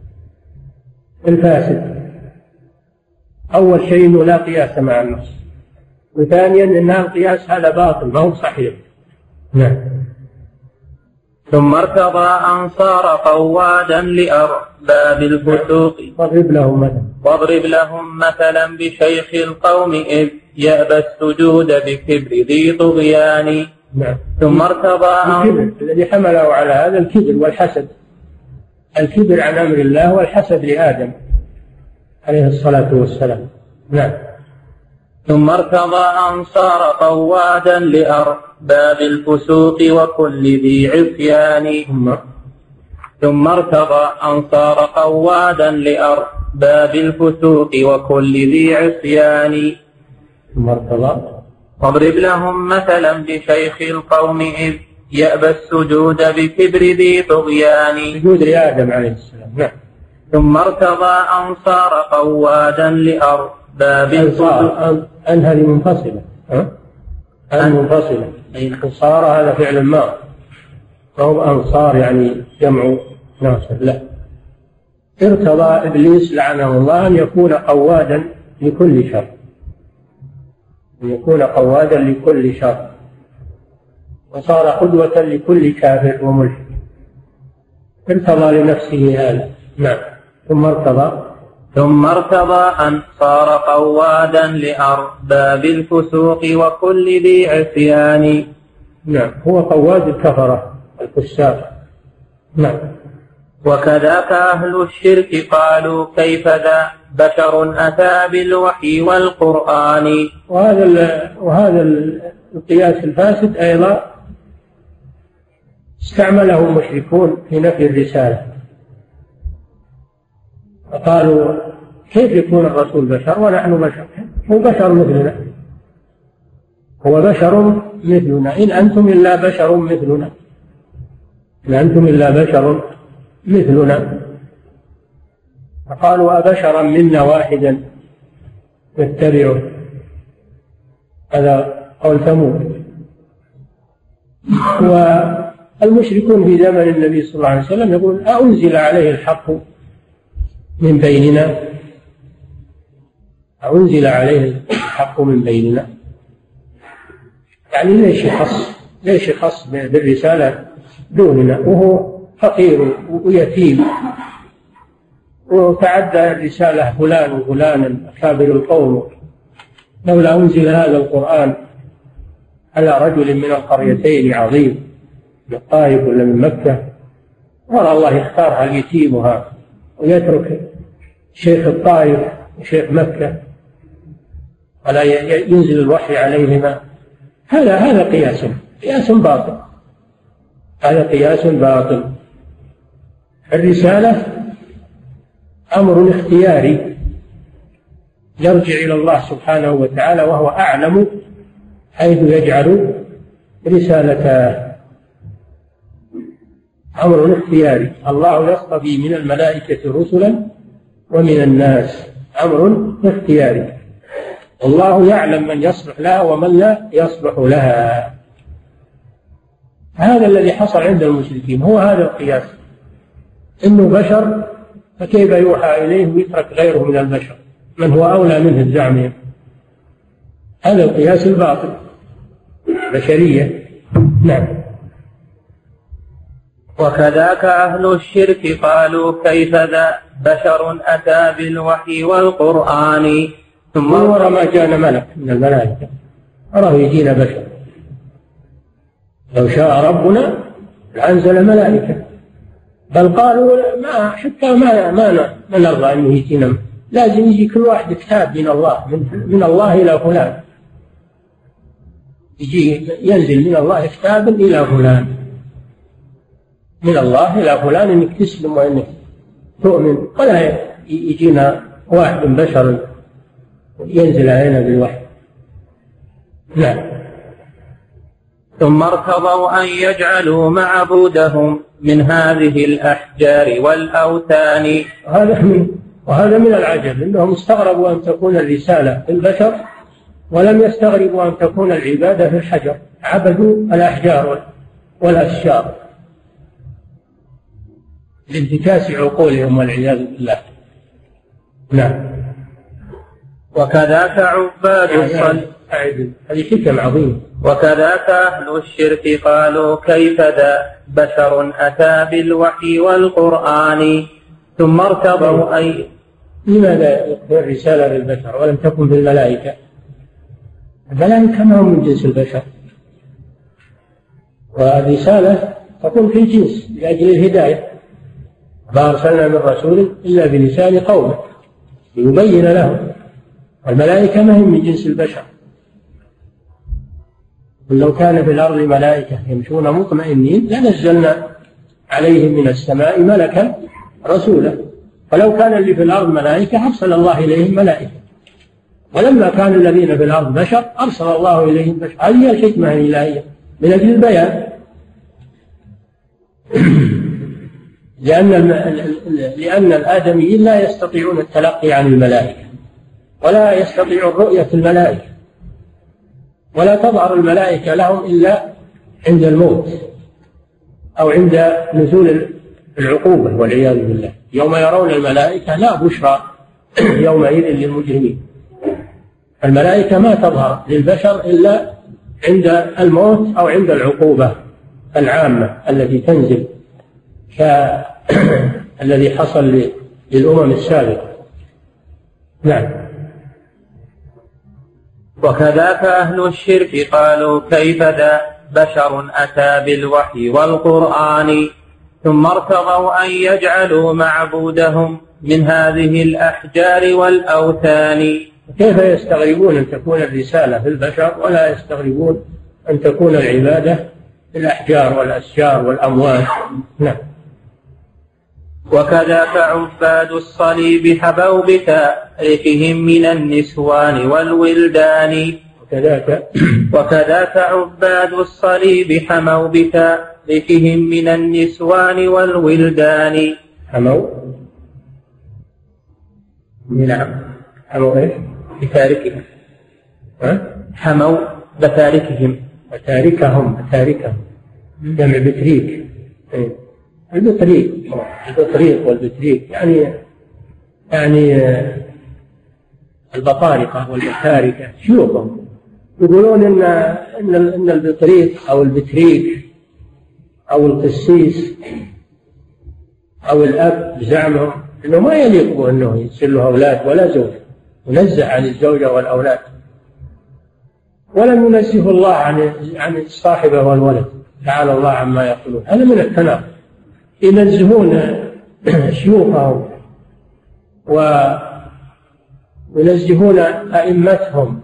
الفاسد. أول شيء أنه لا قياس مع النص، وثانيا أن القياس هذا باطل ما هو صحيح. نعم. ثم ارتضى أن صار قوادا لأرباب الفسوق. واضرب لهم مثلا واضرب لهم مثلا بشيخ القوم إذ يأبى السجود بكبر ذي طغيان. نعم. ثم ارتضى أن الذي حمله على هذا الكبر والحسد، الكبر عن أمر الله والحسد لآدم عليه الصلاة والسلام. نعم. ثم ارتضى أن صار قوادا لأرباب الفسوق وكل ذي عصيان. ثم ارتضى أن صار قوادا لأرباب الفسوق وكل ذي عصيان. ثم ارتضى. واضرب لهم مثلا بشيخ القوم إذ يأبى السجود بكبر ذي طغيان. سجود لآدم عليه السلام. نعم. ثم ارتضى أن صار قوادا لأرباب الفسوق. أن هذه منفصلة، أن منفصلة. صار هذا فعل ما فهو أنصار يعني جمع ناصر. لا، ارتضى إبليس لعنه الله أن يكون قوادا لكل شر، أن يكون قوادا لكل شر، وصار قدوة لكل كافر وملحد. ارتضى لنفسه هذا. نعم. ثم ارتضى ثم ارتضى أن صار قوادا لأرباب الفسوق وكل ذي عصيان. نعم. هو قواد الكفرة الفساق. نعم. وكذاك أهل الشرك قالوا كيف ذا بشر أتى بالوحي والقرآن. وهذا وهذا القياس الفاسد أيضا استعمله المشركون في نفي الرسالة، فقالوا كيف يكون الرسول بشر ونحن بشر؟ هو بشر مثلنا، هو بشر مثلنا، إن أنتم إلا بشر مثلنا، إن أنتم إلا بشر مثلنا. فقالوا أبشرا منا واحدا نتبعه، هذا قول ثمود. والمشركون في زمن النبي صلى الله عليه وسلم يقول أأنزل عليه الحق من بيننا، أنزل عليه الحق من بيننا، يعني ليش يخص ليش يخص بالرسالة دوننا وهو فقير ويتيم، وتعدى الرسالة فلان وفلانا أكابر القوم، لولا أنزل هذا القرآن على رجل من القريتين عظيم، من الطائف ولا من مكة، ورى الله يختارها اليتيم وها ويترك شيخ الطائف وشيخ مكة ولا ينزل الوحي عليهما. هذا هذا قياس قياس باطل، هذا قياس باطل. الرسالة أمر اختياري يرجع إلى الله سبحانه وتعالى، وهو أعلم حيث يجعل رسالته. أمر اختياري، الله يصطفي من الملائكة رسلا ومن الناس، أمر اختياري، والله يعلم من يصلح لها ومن لا يصلح لها. هذا الذي حصل عند المشركين، هو هذا القياس، إنه بشر فكيف يوحى إليه ويترك غيره من البشر من هو أولى منه بزعمهم. هذا القياس الباطل. بشرية. نعم. وكذاك أهل الشرك قالوا كيف ذا بشر أتى بالوحي والقرآن ثم ورا ما جاءنا ملك من الملائكة أراه يجينا بشر، لو شاء ربنا لأنزل ملائكة، بل قالوا ما حتى ما ما ما نرضى أنه يجينا، لازم يجي كل واحد كتاب من الله، من, من الله إلى فلان، يجي ينزل من الله كتاب إلى فلان، من الله إلى فلان إنك تسلم وإنك تؤمن، ولا يجينا واحد بشر ينزل علينا بالوحي. نعم. ثم ارتضوا أن يجعلوا معبودهم من هذه الأحجار والأوثان. هذا من وهذا من العجب أنهم استغربوا أن تكون الرسالة في البشر ولم يستغربوا أن تكون العبادة في الحجر، عبدوا الأحجار والأشجار لانتكاس عقولهم والعياذ بالله. نعم. وكذاك عباد الصلب، هذه حكم عظيمة. وكذاك أهل الشرك قالوا كيف ذا بشر أتى بالوحي والقرآن ثم ارتضوا أي. لماذا يقبل الرسالة للبشر ولم تكن بالملائكة؟ الملائكة ما هم من جنس البشر، والرسالة تكون في الجنس لأجل الهداية، ما أرسلنا من رسول إلا بلسان قومه ليبين لهم، والملائكة ما هم من جنس البشر. ولو كان في الأرض ملائكة يمشون مطمئنين لنزلنا عليهم من السماء ملكا رسولا، ولو كان اللي في الأرض ملائكة أرسل الله إليهم ملائكة، ولما كان الذين في الأرض بشر أرسل الله إليهم بشر. هذه هي الحكمة الإلهية من أجل البيان. لأن لأن الآدميين لا يستطيعون التلقي عن الملائكة، ولا يستطيعون رؤية الملائكة، ولا تظهر الملائكة لهم إلا عند الموت أو عند نزول العقوبة والعياذ بالله. يوم يرون الملائكة لا بشرى يومئذ للمجرمين. الملائكة ما تظهر للبشر إلا عند الموت أو عند العقوبة العامة التي تنزل كالذي حصل للأمم السابقة. نعم. وكذاك أهل الشرك قالوا كيف ذا بشر أتى بالوحي والقرآن ثم ارتضوا أن يجعلوا معبودهم من هذه الأحجار والأوثان. كيف يستغربون أن تكون الرسالة في البشر ولا يستغربون أن تكون العبادة في الأحجار والأشجار والأموات. نعم. وكذاك عباد الصليب حبوا بتاريخهم من النسوان والولدان. وكذاك وكذاك عباد الصليب حموا بتاريخهم من النسوان والولدان. حموا نعم حموا ايش؟ بتاركهم. ها؟ حموا بتاركهم. بتاركهم بتاركهم جمع بتريك. البطريق البطريق والبتريق يعني يعني البطارقة والبتاركة شيوخهم يقولون إن إن إن البطريق أو البتريق أو القسيس أو الأب بزعمهم إنه ما يليق به إنه يصير له أولاد ولا زوجة، ينزه عن الزوجة والأولاد، ولم ينزه الله عن عن الصاحبة والولد، تعالى الله عما يقولون. هذا من التناقض. ينزهون شيوخهم وينزهون أئمتهم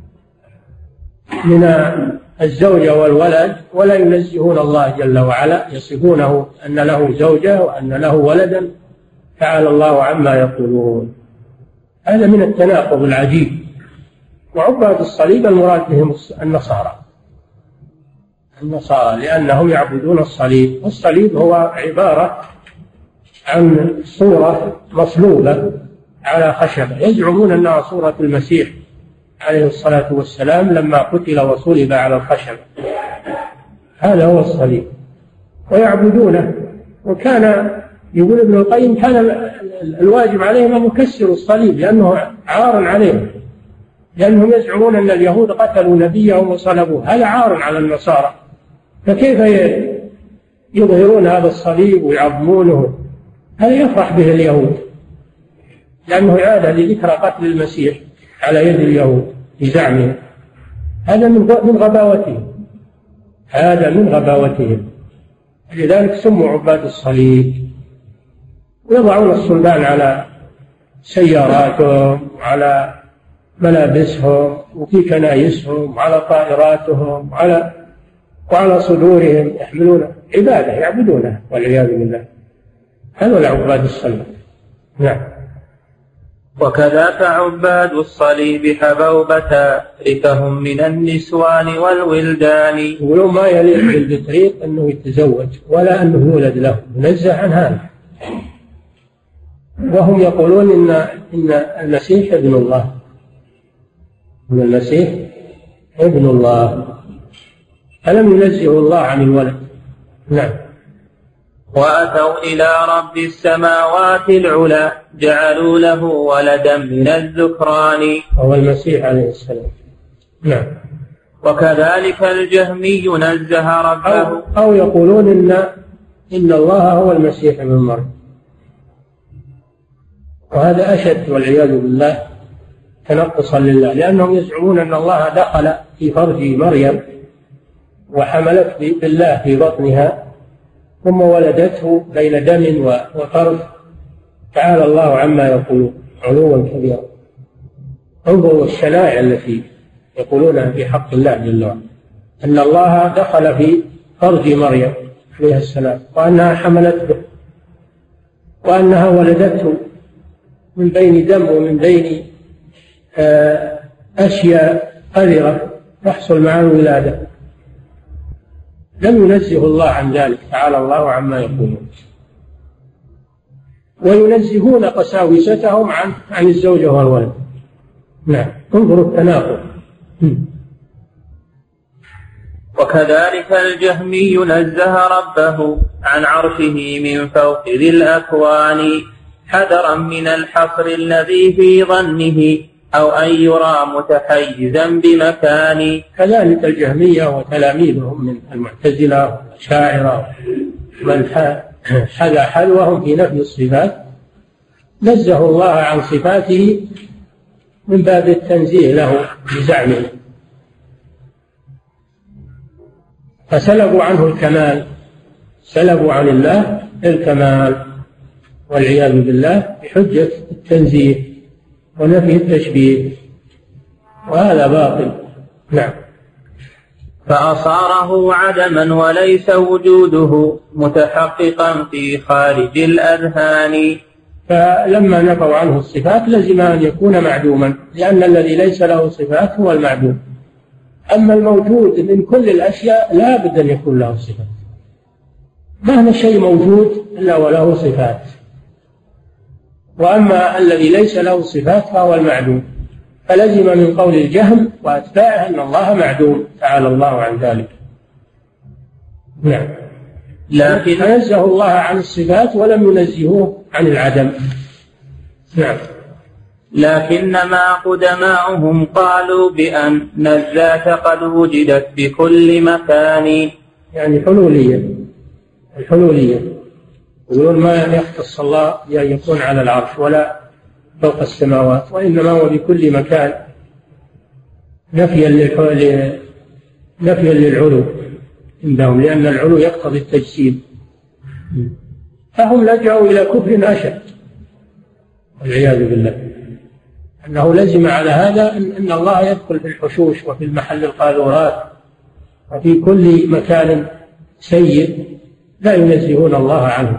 من الزوجة والولد، ولا ينزهون الله جل وعلا، يصفونه أن له زوجة وأن له ولدا، تعالى الله عما يقولون. هذا من التناقض العجيب. وعباد الصليب المراد بهم النصارى النصارى لأنهم يعبدون الصليب، والصليب هو عبارة عن صورة مصلوبة على خشبة، يزعمون أنها صورة المسيح عليه الصلاة والسلام لما قتل وصلب على الخشبة. هذا هو الصليب ويعبدونه. وكان يقول ابن القيم كان الواجب عليهم أن يكسروا الصليب لأنه عار عليهم، لأنهم يزعمون أن اليهود قتلوا نبيهم وصلبوه، هذا عار على النصارى، فكيف يظهرون هذا الصليب ويعظمونه؟ هذا يفرح به اليهود، لأنه عادة لذكرى قتل المسيح على يد اليهود بزعمهم. هذا من غباوتهم، هذا من غباوتهم، لذلك سموا عباد الصليب. ويضعون الصلبان على سياراتهم وعلى ملابسهم وفي كنائسهم وعلى طائراتهم وعلى وعلى صدورهم، يحملون عبادة يعبدونها والعياذ بالله. هذول عباد الصليب. نعم. وكذاك عباد الصليب حبوا بتاركهم من النسوان والولدان. يقولون ما يليق بالبطريق أنه يتزوج ولا أنه يولد له، منزه عن هذا. وهم يقولون إن إن المسيح ابن الله، إن المسيح ابن الله، ألم ينزه الله عن الولد. نعم. وأتوا إلى رب السماوات العلى جعلوا له ولدا من الذكران، هو المسيح عليه السلام. نعم. وكذلك الجهمي نزه ربه، أو, أو يقولون إن إن الله هو المسيح ابن مريم، وهذا أشد والعياذ بالله تنقصا لله، لأنهم يزعمون أن الله دخل في فرج مريم وحملت بالله في بطنها ثم ولدته بين دم وفرج. تعالى الله عما يقولون علوا كبيرا. انظروا الشنائع التي يقولونها في حق الله جل وعلا، أن الله دخل في فرج مريم عليه السلام وأنها حملت به وأنها ولدته من بين دم ومن بين أشياء قذرة تحصل مع الولادة. لم ينزه الله عن ذلك، تعالى الله عما يقولون. وينزهون قساوستهم عن عن الزوجة والولد. نعم. انظروا التناقض. وكذلك الجهمي نزه ربه عن عرشه من فوق ذي الأكوان حذرا من الحصر الذي في ظنه أو أن يرى متحيزا بمكان. كذلك الجهمية وتلاميذهم من المعتزلة والأشاعرة من حذى حذوهم في نفي الصفات نزه الله عن صفاته من باب التنزيه له بزعمه، فسلبوا عنه الكمال، سلبوا عن الله الكمال والعياذ بالله بحجة التنزيه ونفي التشبيه، وهذا باطل. نعم. فأصاره عدما وليس وجوده متحققا في خارج الأذهان. فلما نفوا عنه الصفات لزم أن يكون معدوما، لأن الذي ليس له صفات هو المعدوم. أما الموجود من كل الأشياء لا بد أن يكون له صفات، مهما شيء موجود إلا وله صفات. وأما الذي ليس له صفات فهو المعدوم، فلزم من قول الجهم وأتباعه أن الله معدوم، تعالى الله عن ذلك. نعم. لكن نزه الله عن الصفات ولم ينزهوه عن العدم. نعم. لكنما قدماؤهم قالوا بأن الذات قد وجدت بكل مكان، يعني حلولية، الحلولية يقولون ما يختص الله بأن يكون على العرش ولا فوق السماوات، وإنما هو بكل مكان، نفيا نفيا للعلو عندهم، لأن العلو يقتضي التجسيم، فهم لجأوا إلى كفر أشد والعياذ بالله، أنه لزم على هذا أن الله يدخل في الحشوش وفي المحل القاذورات وفي كل مكان سيء لا ينزهون الله عنه.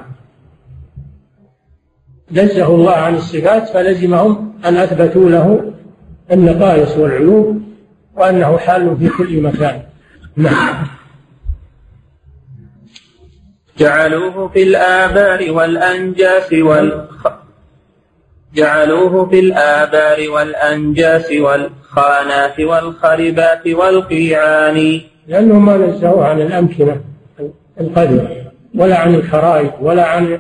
نزه الله عن الصفات فلزمهم أن أثبتوا له النقائص والعيوب وأنه حال في كل مكان. نعم. جعلوه في الآبار والأنجاس والخ... جعلوه في الآبار والأنجاس والخانات والخربات والقيعان، لأنهم ما نزهوا عن الأمكنة القدر ولا عن الخرائط ولا عن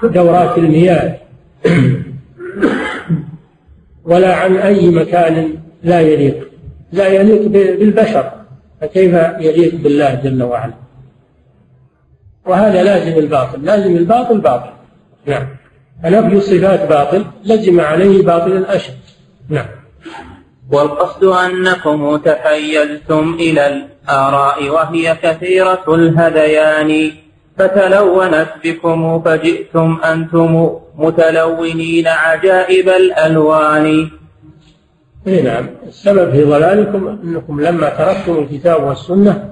دورات المياه ولا عن أي مكان لا يليق لا يليق بالبشر، فكيف يليق بالله جل وعلا؟ وهذا لازم الباطل، لازم الباطل باطل. نعم. فنفي الصفات باطل، لزم عليه باطل أشد. نعم. والقصد أنكم تحيزتم إلى الآراء وهي كثيرة الهذيان، فتلونت بكم فجئتم أنتم متلونين عجائب الألوان. نعم. السبب في ضلالكم أنكم لما تركتم الكتاب والسنة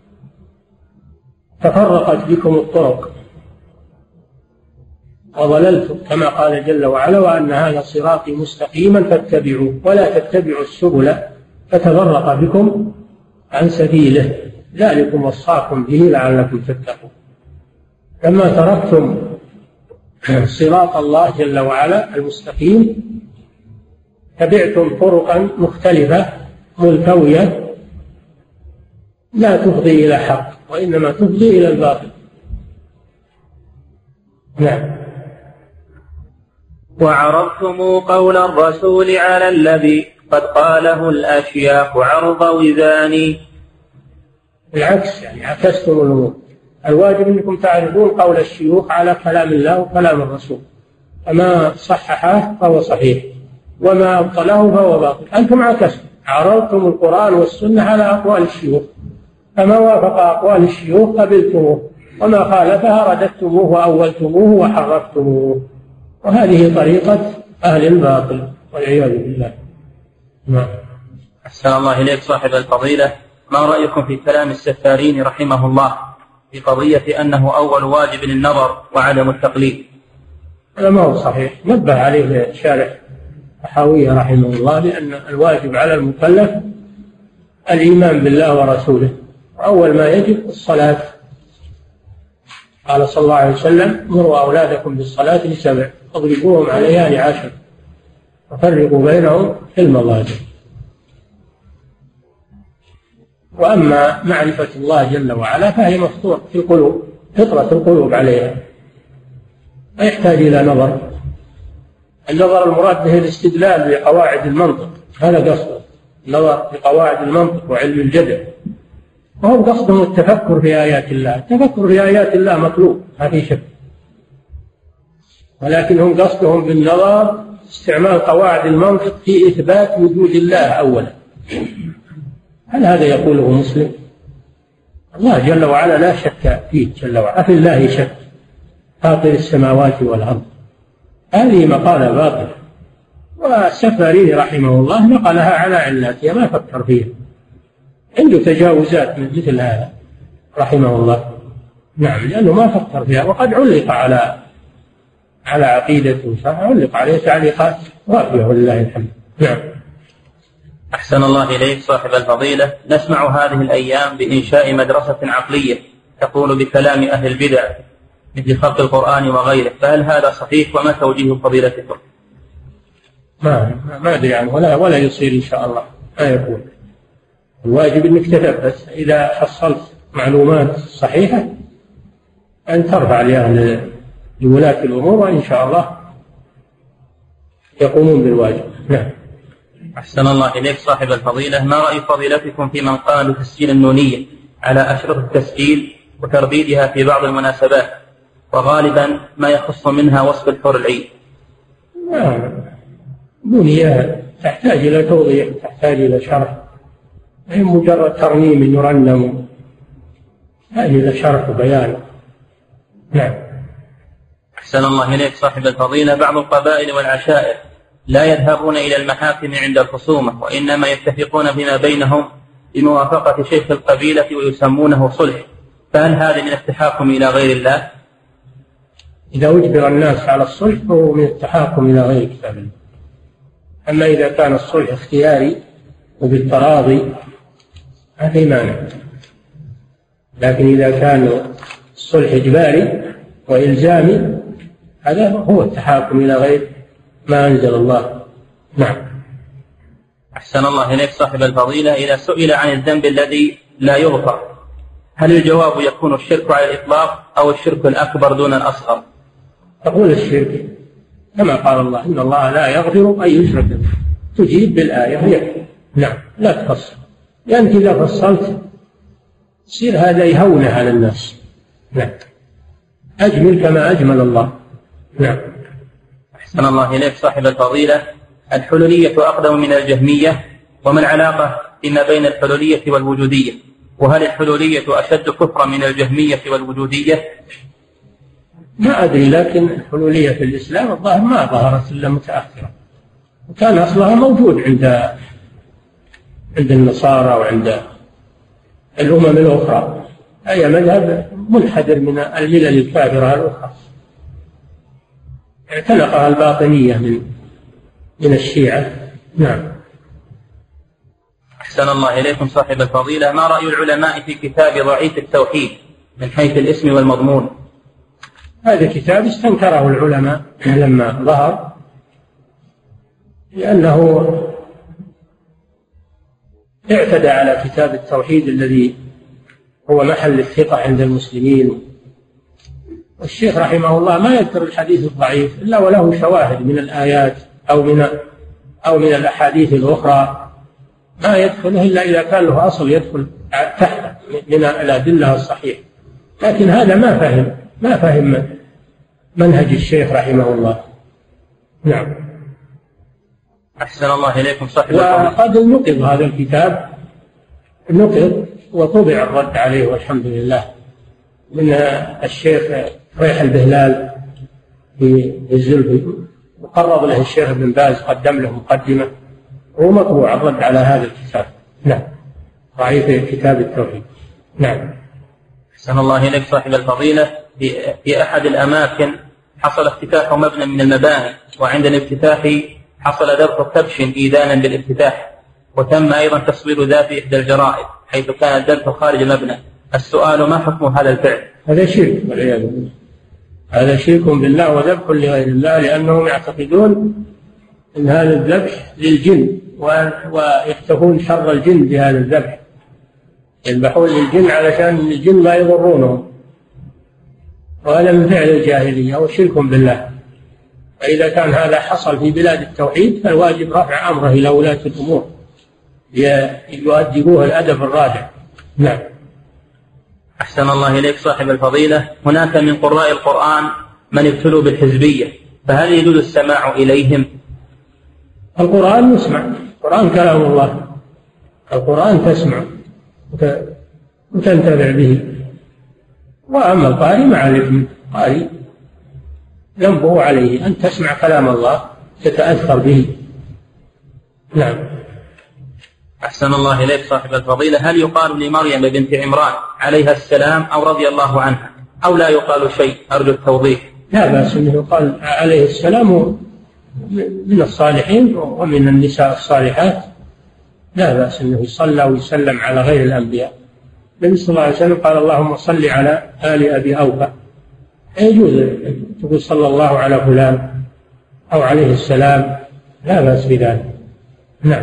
تفرقت بكم الطرق وضللتم، كما قال جل وعلا: وأن هذا صراطي مستقيما فاتبعوه ولا تتبعوا السبل فتفرق بكم عن سبيله، ذلكم وصاكم به لعلكم تتقون. لما تركتم صراط الله جل وعلا المستقيم تبعتم طرقا مختلفة ملتوية لا تفضي إلى حق، وإنما تفضي إلى الباطل. نعم. وعرضتم قول الرسول على الذي قد قاله الأشياخ عرض وزان. بالعكس، يعني عكستم الأمور. الواجب أنكم تعرفون قول الشيوخ على كلام الله وكلام الرسول، فما صححه فهو صحيح وما أبطله فهو باطل. أنتم عكستم، عرضتم القرآن والسنة على أقوال الشيوخ، فما وافق أقوال الشيوخ قبلتموه، وما خالفها رددتموه وأولتموه وحرفتموه، وهذه طريقة أهل الباطل والعياذ بالله. نعم. أحسن الله إليك صاحب الفضيلة، ما رأيكم في كلام السفارين رحمه الله في قضية أنه أول واجب النظر وعدم التقليد؟ هذا ما هو صحيح، نبه عليه شارح الطحاوية رحمه الله، لأن الواجب على المكلف الإيمان بالله ورسوله، وأول ما يجب الصلاة. قال صلى الله عليه وسلم: مروا أولادكم بالصلاة لسبع واضربوهم عليها لعشر وفرقوا بينهم في المضاجع. وأما معرفة الله جل وعلا فهي مفطورة في القلوب، فطرة القلوب عليها، لا يحتاج إلى نظر. النظر المراد به الاستدلال بقواعد المنطق، هذا قصده، النظر بقواعد المنطق وعلم الجدل، وهم قصدهم التفكر في آيات الله. التفكر في آيات الله مطلوب ما في شك، ولكن هم قصدهم بالنظر استعمال قواعد المنطق في إثبات وجود الله أولا. هل هذا يقوله مسلم؟ الله جل وعلا لا شك فيه جل وعلا، أفي الله شك فاطر السماوات والأرض، هذه مقالة باطلة. والسفاري رحمه الله نقلها على علاتها، ما فكر فيها، عنده تجاوزات من مثل هذا رحمه الله. نعم، لأنه ما فكر فيها، وقد علق على على عقيدته، علق عليه تعليقات رافعة ولله الحمد. نعم. أحسن الله إليك صاحب الفضيلة، نسمع هذه الأيام بإنشاء مدرسة عقلية تقول بكلام أهل البدع مثل خلق القرآن وغيره، فهل هذا صحيح وما توجيه فضيلتكم؟ ما ما أدري عنه، ولا ولا يصير إن شاء الله، ما يكون. الواجب أنك تتبس، إذا حصلت معلومات صحيحة أن ترفع لأهل لولاة الأمور، وإن شاء الله يقومون بالواجب. نعم. أحسن الله إليك صاحب الفضيلة، ما رأي فضيلتكم في من قال تسجيل النونية على أشرطة التسجيل وترديدها في بعض المناسبات، وغالبا ما يخص منها وصف الحور العين؟ النونية تحتاج إلى توضيح، تحتاج إلى شرح، هي مجرد ترنيم يرنم، تحتاج إلى شرح وبيان. نعم. أحسن الله إليك صاحب الفضيلة، بعض القبائل والعشائر لا يذهبون إلى المحاكم عند الخصومة، وإنما يتفقون فيما بينهم بموافقة شيخ القبيلة ويسمونه صلح، فهل هذا من التحاكم إلى غير الله؟ إذا أجبر الناس على الصلح فهو من التحاكم إلى غير كتاب الله. أما إذا كان الصلح اختياري وبالتراضي هذا مانع، لكن إذا كان الصلح إجباري وإلزامي هذا هو التحاكم إلى غير ما أنزل الله. نعم. أحسن الله إليك صاحب الفضيلة، إذا سئل عن الذنب الذي لا يغفر هل الجواب يكون الشرك على الإطلاق أو الشرك الأكبر دون الأصغر؟ تقول الشرك كما قال الله: إن الله لا يغفر أن يشرك به، تجيب بالآية ويكفي. نعم لا تفصل، لأنك يعني إذا فصلت يصير هذا يهونه على الناس. نعم أجمل كما أجمل الله. نعم. أحسن الله إليك صاحب الفضيلة، الحلولية أقدم من الجهمية، وما العلاقة فيما بين الحلولية والوجودية؟ وهل الحلولية أشد كفرا من الجهمية والوجودية؟ ما أدري، لكن الحلولية في الإسلام الظاهر ما ظهرت إلا متأخرة، وكان أصلها موجود عند عند النصارى وعند الأمم الأخرى، أي مذهب منحدر من الملل الكافرة الأخرى اعتنقها الباطنية من من الشيعة. نعم. أحسن الله إليكم صاحب الفضيلة، ما رأي العلماء في كتاب ضعيف التوحيد من حيث الاسم والمضمون؟ هذا كتاب استنكره العلماء لما ظهر، لأنه اعتدى على كتاب التوحيد الذي هو محل الثقة عند المسلمين. والشيخ رحمه الله ما يذكر الحديث الضعيف إلا وله شواهد من الآيات أو من أو من الأحاديث الأخرى، ما يدخله إلا إذا كان له أصل يدخل تحت من الأدلة الصحيحة. لكن هذا ما فهم ما فهم منهج الشيخ رحمه الله. نعم. أحسن الله إليكم صاحب وقد نقض هذا الكتاب، نقض وطبع الرد عليه والحمد لله من الشيخ ريح البهلال في الزلفي، وقرب له الشيخ ابن باز، قدم له مقدمة ومطبوع الرد على هذا الكتاب. نعم. ضعيف كتاب التوحيد. نعم. أحسن الله إليك صاحب الفضيلة، في أحد الأماكن حصل افتتاح مبنى من المباني، وعند الافتتاح حصل درس كبش إيذانا بالافتتاح، وتم أيضا تصوير ذا في إحدى الجرائد حيث كان الدرس خارج المبنى. السؤال: ما حكم هذا الفعل؟ هذا شرك والعياذ بالله، هذا شرك بالله وذبح لغير الله، لأنهم يعتقدون أن هذا الذبح للجن ويحتفون شر الجن بهذا الذبح، يذبحون للجن علشان الجن ما يضرونهم، وهذا من فعل الجاهلية وشرك بالله. فإذا كان هذا حصل في بلاد التوحيد فالواجب رفع أمره إلى ولاة الأمور يؤدبوه الأدب الراجع. نعم. أحسن الله إليك صاحب الفضيلة، هناك من قراء القرآن من ابتلوا بالحزبية، فهل يجوز السماع إليهم؟ القرآن يسمع، القرآن كلام الله، القرآن تسمع وتنتفع به. وأما القارئ مع الإثم، القارئ ذنبه عليه أن تسمع كلام الله تتأثر به. نعم. أحسن الله إليك صاحب الفضيلة، هل يقال لمريم بنت عمران عليها السلام أو رضي الله عنها، أو لا يقال شيء؟ أرجو التوضيح. لا بأس أنه يقال عليه السلام، من الصالحين ومن النساء الصالحات، لا بأس أنه يصلى ويسلم على غير الأنبياء. النبي صلى الله عليه وسلم قال: اللهم صل على آل أبي أوفى. يجوز تقول صلى الله على فلان أو عليه السلام، لا بأس بذلك. نعم.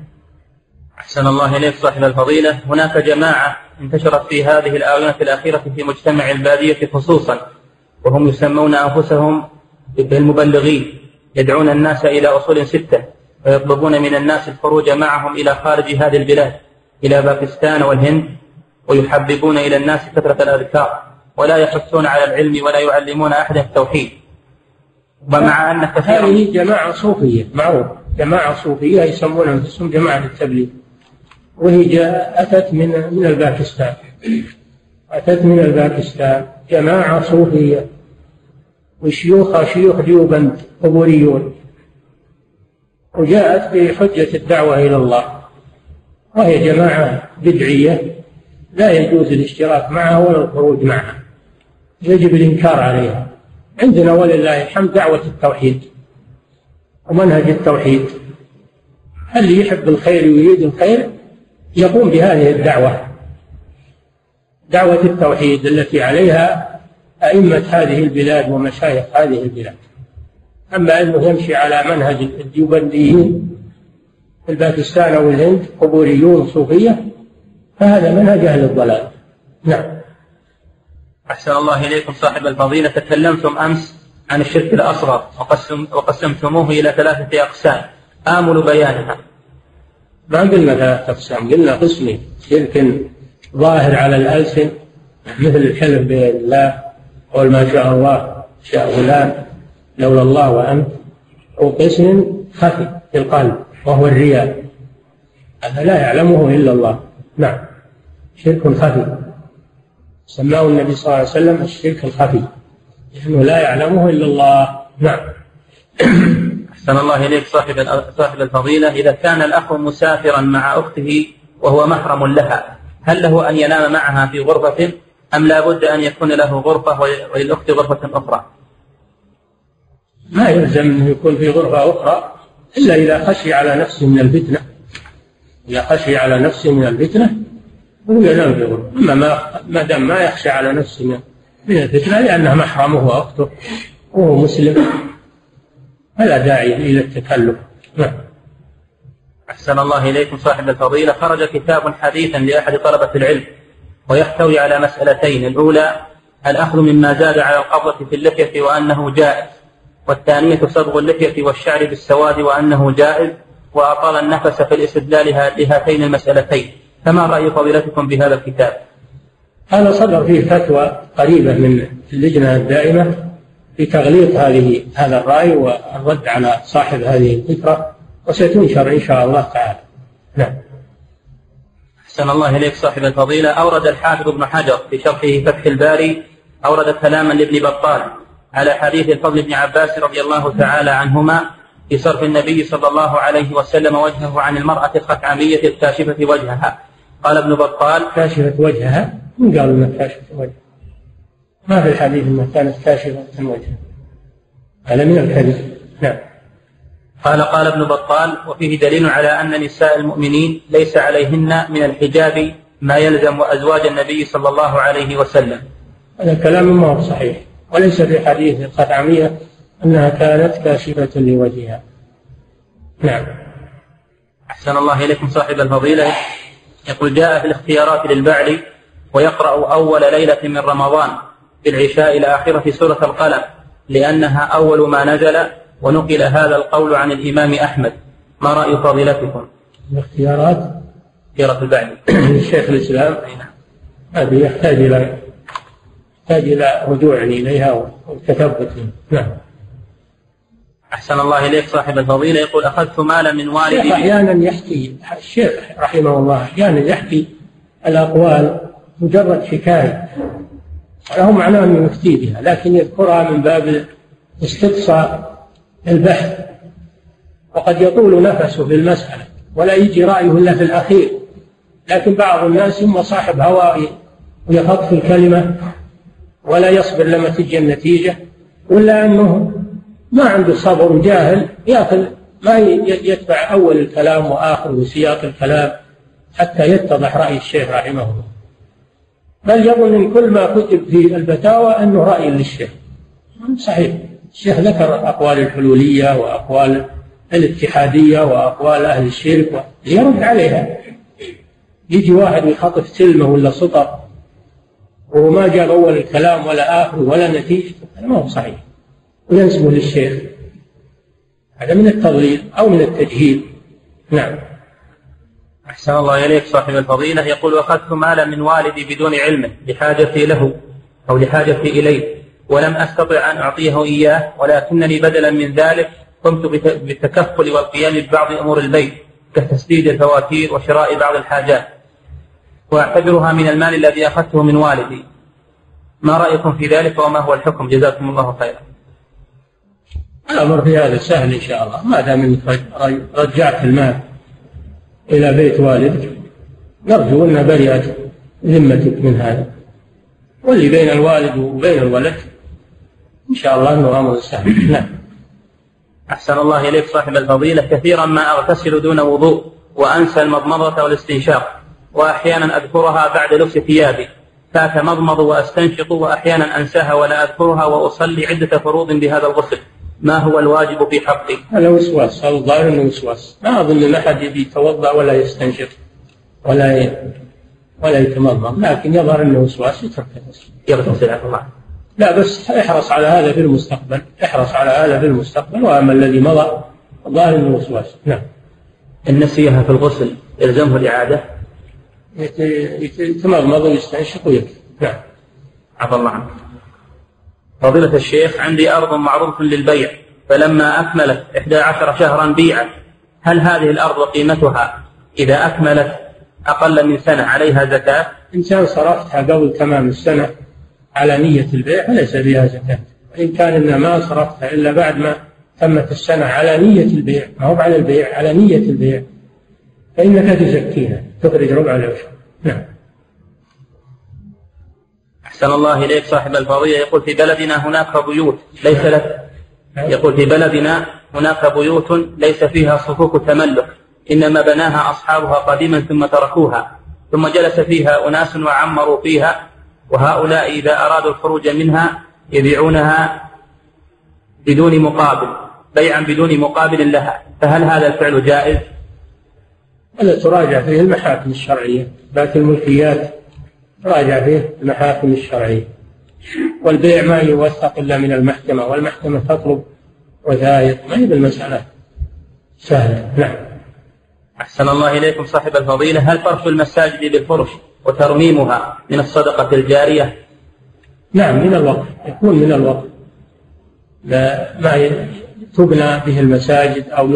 أحسن الله إليك صاحب الفضيلة، هناك جماعة انتشرت في هذه الآونة الأخيرة في مجتمع البادية خصوصا، وهم يسمون أنفسهم بالمبلغين، يدعون الناس إلى أصول ستة، ويطلبون من الناس الخروج معهم إلى خارج هذه البلاد إلى باكستان والهند، ويحببون إلى الناس كثرة الأذكار، ولا يحثون على العلم ولا يعلمون أحد التوحيد. ومع أن كثيرا هذه جماعة صوفية معروف، جماعة صوفية يسمونها أنفسهم جماعة التبليغ، وهي أتت من من الباكستان، أتت من الباكستان جماعة صوفية، وشيوخها شيوخ ديوبند قبوريون، وجاءت بحجة الدعوة إلى الله، وهي جماعة بدعية لا يجوز الاشتراك معها ولا الخروج معها، يجب الإنكار عليها. عندنا ولله الحمد دعوة التوحيد ومنهج التوحيد، اللي يحب الخير ويريد الخير يقوم بهذه الدعوة، دعوة التوحيد التي عليها أئمة هذه البلاد ومشايخ هذه البلاد. أما أنه يمشي على منهج الديوبنديين في الباكستان أو الهند قبوريون صوفية، فهذا منهج أهل الضلال. نعم. أحسن الله إليكم صاحب الفضيلة، تكلمتم أمس عن الشرك الأصغر وقسم وقسمتموه إلى ثلاثة أقسام، آمل بيانها. ما قلنا ثلاثة أقسام، قلنا قسمين: شرك ظاهر على الألسن مثل الحلف بغير الله، قول ما شاء الله شاء فلان لولا الله وأنت، وقسم خفي في القلب وهو الرياء، هذا لا يعلمه إلا الله. نعم، شرك خفي سماه النبي صلى الله عليه وسلم الشرك الخفي، لأنه لا يعلمه إلا الله. نعم. أحسن الله إليك صاحب صاحب الفضيلة، إذا كان الأخ مسافرا مع أخته وهو محرم لها، هل له أن ينام معها في غرفة أم لا بد أن يكون له غرفة وللأخت غرفة أخرى؟ ما يلزم أن يكون في غرفة أخرى إلا إذا خشي على نفسه من الفتنة. إذا خشي على نفسه من الفتنة هو ينام في غرفة، أما ما دام ما يخشى على نفسه من الفتنة لأنها محرمه وأخته وهو مسلم فلا داعي إلى التكلف. نعم. أحسن الله إليكم صاحب الفضيلة، خرج كتاب حديثا لأحد طلبة العلم ويحتوي على مسألتين: الأولى الأخذ مما زاد على القبضة في اللحية وأنه جائز، والثانية صبغ اللحية والشعر بالسواد وأنه جائز، وأطال النفس في الاستدلال لهاتين المسألتين، فما رأي فضيلتكم بهذا الكتاب؟ هذا صدر فيه فتوى قريبة من اللجنة الدائمة في تغليط هذه هذا الرأي والرد على صاحب هذه الفكرة، وستنشر إن شاء الله تعالى. نعم. أحسن الله إليك صاحب الفضيلة، أورد الحافظ ابن حجر في شرحه فتح الباري أورد كلاما لابن بطال على حديث الفضل بن عباس رضي الله تعالى عنهما في صرف النبي صلى الله عليه وسلم وجهه عن المرأة الخثعمية الكاشفة وجهها. قال ابن بطال: كاشفة وجهها؟ من قال انها كاشفة وجهها؟ ما في الحديث انها كانت كاشفة وجهها، هذا من الكذب. نعم. قال قال ابن بطال: وفيه دليل على أن نساء المؤمنين ليس عليهن من الحجاب ما يلزم أزواج النبي صلى الله عليه وسلم. هذا الكلام ما هو صحيح، وليس في حديث الخثعمية أنها كانت كاشفة لوجهها. نعم. أحسن الله إليكم صاحب الفضيلة، يقول: جاء في الاختيارات للبعل ويقرأ أول ليلة من رمضان في العشاء إلى آخرة سورة القلم لأنها أول ما نزل، ونقل هذا القول عن الإمام أحمد، ما رأي فضيلتكم؟ الاختيارات اختيارات البعل الشيخ الإسلام هذه يحتاج إلى يحتاج إلى رجوع إليها وتثبت. نعم. أحسن الله إليك صاحب الفضيلة، يقول: أخذت مالا من والدي. أحيانا يحكي الشيخ رحمه الله أحيانا يحكي الأقوال مجرد حكاية له معناه أنه يفتي بها، لكن يذكرها من باب استقصاء البحث، وقد يطول نفسه في المسألة ولا يجي رأيه إلا في الأخير. لكن بعض الناس هم صاحب هواء ويخط في الكلمة ولا يصبر لما تجي النتيجة، ولا أنه ما عنده صبر وجاهل يأخذ ما يتبع أول الكلام وآخر وسياق الكلام حتى يتضح رأي الشيخ رحمه الله، بل يظن أن كل ما كتب في الفتاوى أنه رأي للشيخ. صحيح، الشيخ ذكر أقوال الحلولية وأقوال الاتحادية وأقوال أهل الشرك ليرد عليها. يجي واحد يخطف سلمة ولا سطر وما جاء أول الكلام ولا آخر ولا نتيجة، ما هو صحيح، وينسبه للشيخ، هذا من التضليل أو من التجهيل. نعم. أحسن الله إليك صاحب الفضيلة، يقول: أخذت مالا من والدي بدون علمه لحاجتي له أو لحاجتي إليه، ولم أستطع أن أعطيه إياه، ولكنني بدلا من ذلك قمت بالتكفل والقيام ببعض أمور البيت كتسديد الفواتير وشراء بعض الحاجات، وأعتبرها من المال الذي أخذته من والدي. ما رأيكم في ذلك وما هو الحكم؟ جزاكم الله خيرا. الأمر في هذا سهل إن شاء الله، ما دام أنك رجعت المال إلى بيت والدك نرجو أن برئت ذمتك من هذا، واللي بين الوالد وبين الولد إن شاء الله أنه أمر سهل. نعم. أحسن الله إليك صاحب الفضيلة، كثيرا ما أغتسل دون وضوء وأنسى المضمضة والاستنشاق، وأحيانا أذكرها بعد لبس ثيابي، فأتمضمض وأستنشق، وأحيانا أنساها ولا أذكرها وأصلي عدة فروض بهذا الغسل، ما هو الواجب في حقي؟ هذا وسواس، هذا الظاهر أنه وسواس، ما أظن أن أحد يبي يتوضأ ولا يستنشق ولا ي... ولا يتمضمض، لكن يظهر أنه وسواس يترك يغتسل عن الله. لا بس احرص على هذا في المستقبل، احرص على هذا في المستقبل، وأما الذي مضى الظاهر أنه وسواس. نعم. إن نسيها في الغسل يلزمه الإعادة؟ يتمضمض ويستنشق ويكفي. نعم. عفى الله عنه. فضيلة الشيخ، عندي أرض معروف للبيع، فلما أكملت إحدى عشر شهرا بيعت، هل هذه الأرض قيمتها إذا أكملت أقل من سنة عليها زكاة؟ إن كان صرفتها قبل تمام السنة على نية البيع فليس بها زكاة، وإن كان إن ما صرفتها إلا بعد ما تمت السنة على نية البيع، ما هو على البيع، على نية البيع، فإنك تزكيها تخرج ربع العشر. نعم. أحسن الله إليك صاحب الفضيلة، يقول في بلدنا هناك بيوت ليس لك يقول في بلدنا هناك بيوت ليس فيها صفوف تملك، إنما بناها أصحابها قديما ثم تركوها، ثم جلس فيها أناس وعمروا فيها، وهؤلاء إذا أرادوا الخروج منها يبيعونها بدون مقابل، بيعا بدون مقابل لها، فهل هذا الفعل جائز؟ ولا تراجع فيه المحاكم الشرعية، باقي الملكيات تراجع فيه المحاكم الشرعية، والبيع ما يوثق إلا من المحكمة، والمحكمة تطلب وثائق، ما هي بالمسألة سهلة. نعم. أحسن الله إليكم صاحب الفضيلة، هل فرش المساجد بالفرش وترميمها من الصدقة الجارية؟ نعم، من الوقف، يكون من الوقف، لا ما تبنى به المساجد أو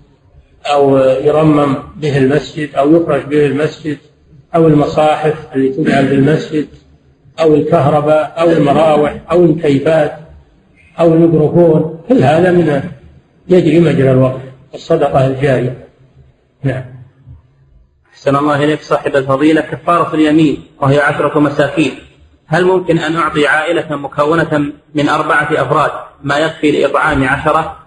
أو يرمم به المسجد أو يفرش به المسجد أو المصاحف اللي تجعل بالمسجد أو الكهرباء أو المراوح أو الكيفات أو الميكروفون، كل هذا من يجري مجرى الوقف الصدقة الجارية. نعم. أحسن الله إليك صاحب الفضيلة، كفارة اليمين وهي عشرة مساكين، هل ممكن أن أعطي عائلة مكونة من أربعة أفراد ما يكفي لإطعام عشرة؟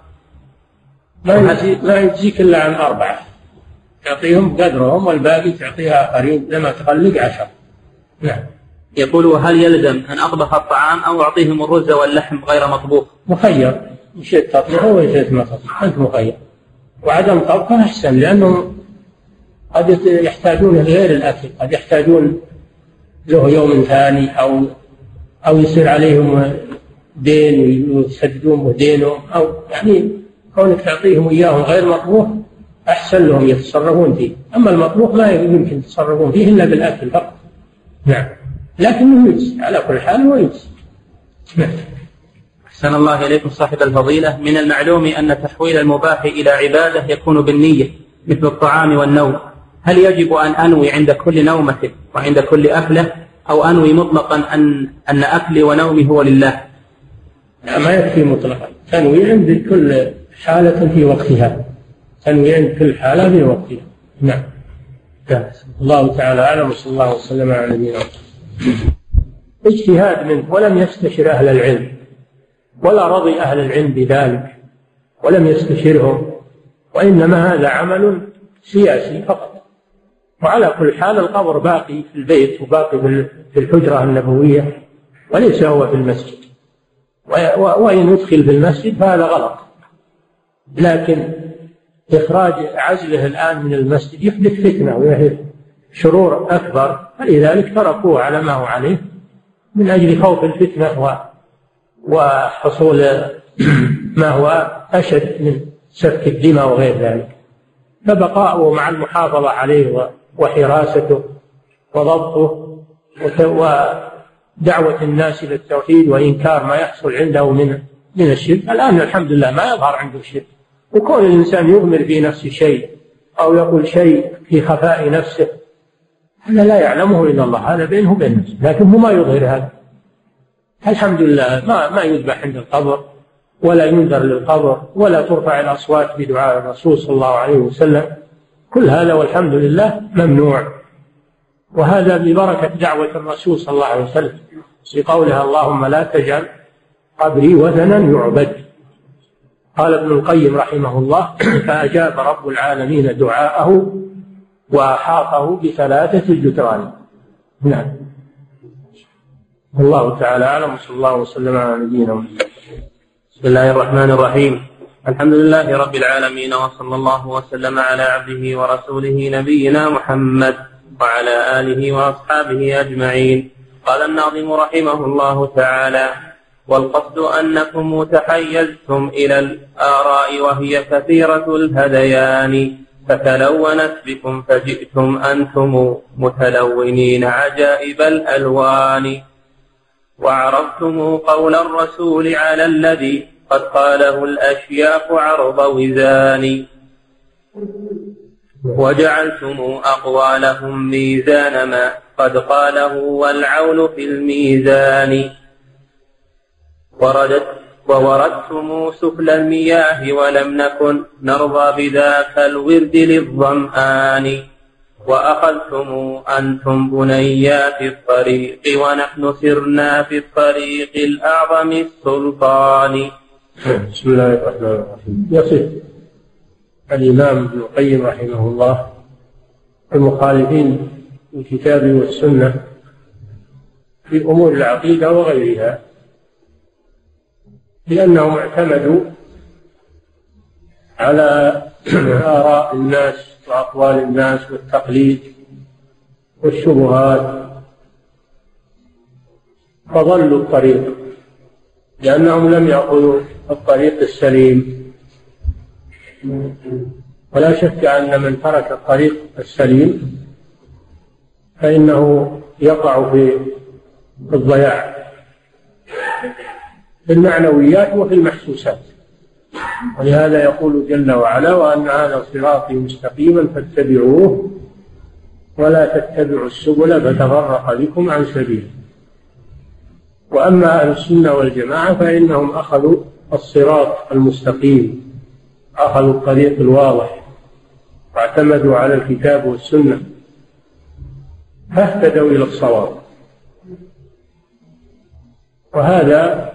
ما يجزي ما يجزيك إلا عن أربعة، تعطيهم قدرهم والباقي تعطيها آخرين لما تخلق عشر. نعم. يقول وهل يلزم أن أطبخ الطعام أو أعطيهم الرز واللحم غير مطبوخ؟ مخير، إن شئت تطبخه وإن شئت ما تطبخ، أنت مخير، وعدم طبخه أحسن، لأنهم قد يحتاجون غير الأكل، قد يحتاجون له يوم ثاني أو أو يصير عليهم دين ويسددون دينهم، أو يعني كونك تعطيهم إياهم غير مطبوخ أحسن لهم يتصرفون فيه، أما المطبوخ لا يمكن يتصرفون فيه إلا بالأكل فقط. نعم. لكنه يجزي على كل حال ويجزي. نعم. أحسن الله إليكم صاحب الفضيلة، من المعلوم أن تحويل المباح إلى عبادة يكون بالنية مثل الطعام والنوم، هل يجب أن أنوي عند كل نومة وعند كل أكلة، أو أنوي مطلقا أن أن أكلي ونومي هو لله؟ لا، ما يكفي مطلقا، تنوي عند كل حالة في وقتها، تنوي عند كل حالة في وقتها. نعم. الله تعالى أعلم، وصلى الله وسلم على نبينا محمد. اجتهاد منه، ولم يستشر أهل العلم، ولا رضي أهل العلم بذلك ولم يستشرهم، وإنما هذا عمل سياسي فقط. وعلى كل حال القبر باقي في البيت وباقي في الحجرة النبوية وليس هو في المسجد، وإن يدخل في المسجد فهذا غلط، لكن إخراج عزله الآن من المسجد يحدث فتنة ويحدث شرور أكبر، فلذلك تركوه على ما هو عليه من أجل خوف الفتنة وحصول ما هو أشد من سفك الدماء وغير ذلك، فبقاؤه مع المحافظة عليه وحراسته وضبطه ودعوة الناس إلى التوحيد وإنكار ما يحصل عنده من من الشرك. الآن الحمد لله ما يظهر عنده الشرك، وكون الإنسان يضمر في نفسه شيء أو يقول شيء في خفاء نفسه هذا لا يعلمه إلا الله، هذا بينه وبين نفسه، لكنه ما يظهر هذا. الحمد لله ما ما يذبح عند القبر ولا ينذر للقبر ولا ترفع الأصوات بدعاء الرسول صلى الله عليه وسلم، كل هذا والحمد لله ممنوع، وهذا ببركة دعوة الرسول صلى الله عليه وسلم بقولها اللهم لا تجعل قبري وثنا يعبد. قال ابن القيم رحمه الله فأجاب رب العالمين دعاءه وأحاطه بثلاثة الجدران. نعم. الله تعالى أعلم، صلى الله وسلم على نبينا محمد. بسم الله الرحمن الرحيم، الحمد لله رب العالمين، وصلى الله وسلم على عبده ورسوله نبينا محمد وعلى آله وأصحابه أجمعين. قال الناظم رحمه الله تعالى: والقصد أنكم تحيزتم إلى الآراء وهي كثيرة الهذيان، فتلونت بكم فجئتم أنتم متلونين عجائب الألوان، وعرفتم قول الرسول على الذي قد قاله الأشياخ عرض وزان، وجعلتم أقوالهم ميزان ما قد قاله والعون في الميزان، وردت ووردتم سفل المياه ولم نكن نرضى بذاك الورد للظمآن، وأخذتم أنتم بنيات الطريق ونحن سرنا في الطريق الأعظم السلطان. بسم الله الرحمن الرحيم. يصف الإمام ابن القيم رحمه الله المخالفين للكتاب والسنة في أمور العقيدة وغيرها، لأنهم اعتمدوا على آراء الناس وأقوال الناس والتقليد والشبهات، فضلوا الطريق لأنهم لم يأخذوا الطريق السليم. ولا شك أن من ترك الطريق السليم فإنه يقع في الضياع في المعنويات وفي المحسوسات. ولهذا يقول جل وعلا: وأن هذا صراطي مستقيما فاتبعوه ولا تتبعوا السبل فتفرق بكم عن سبيله. وأما أهل السنة والجماعة فإنهم أخذوا الصراط المستقيم، أخذوا الطريق الواضح واعتمدوا على الكتاب والسنة فاهتدوا إلى الصواب. وهذا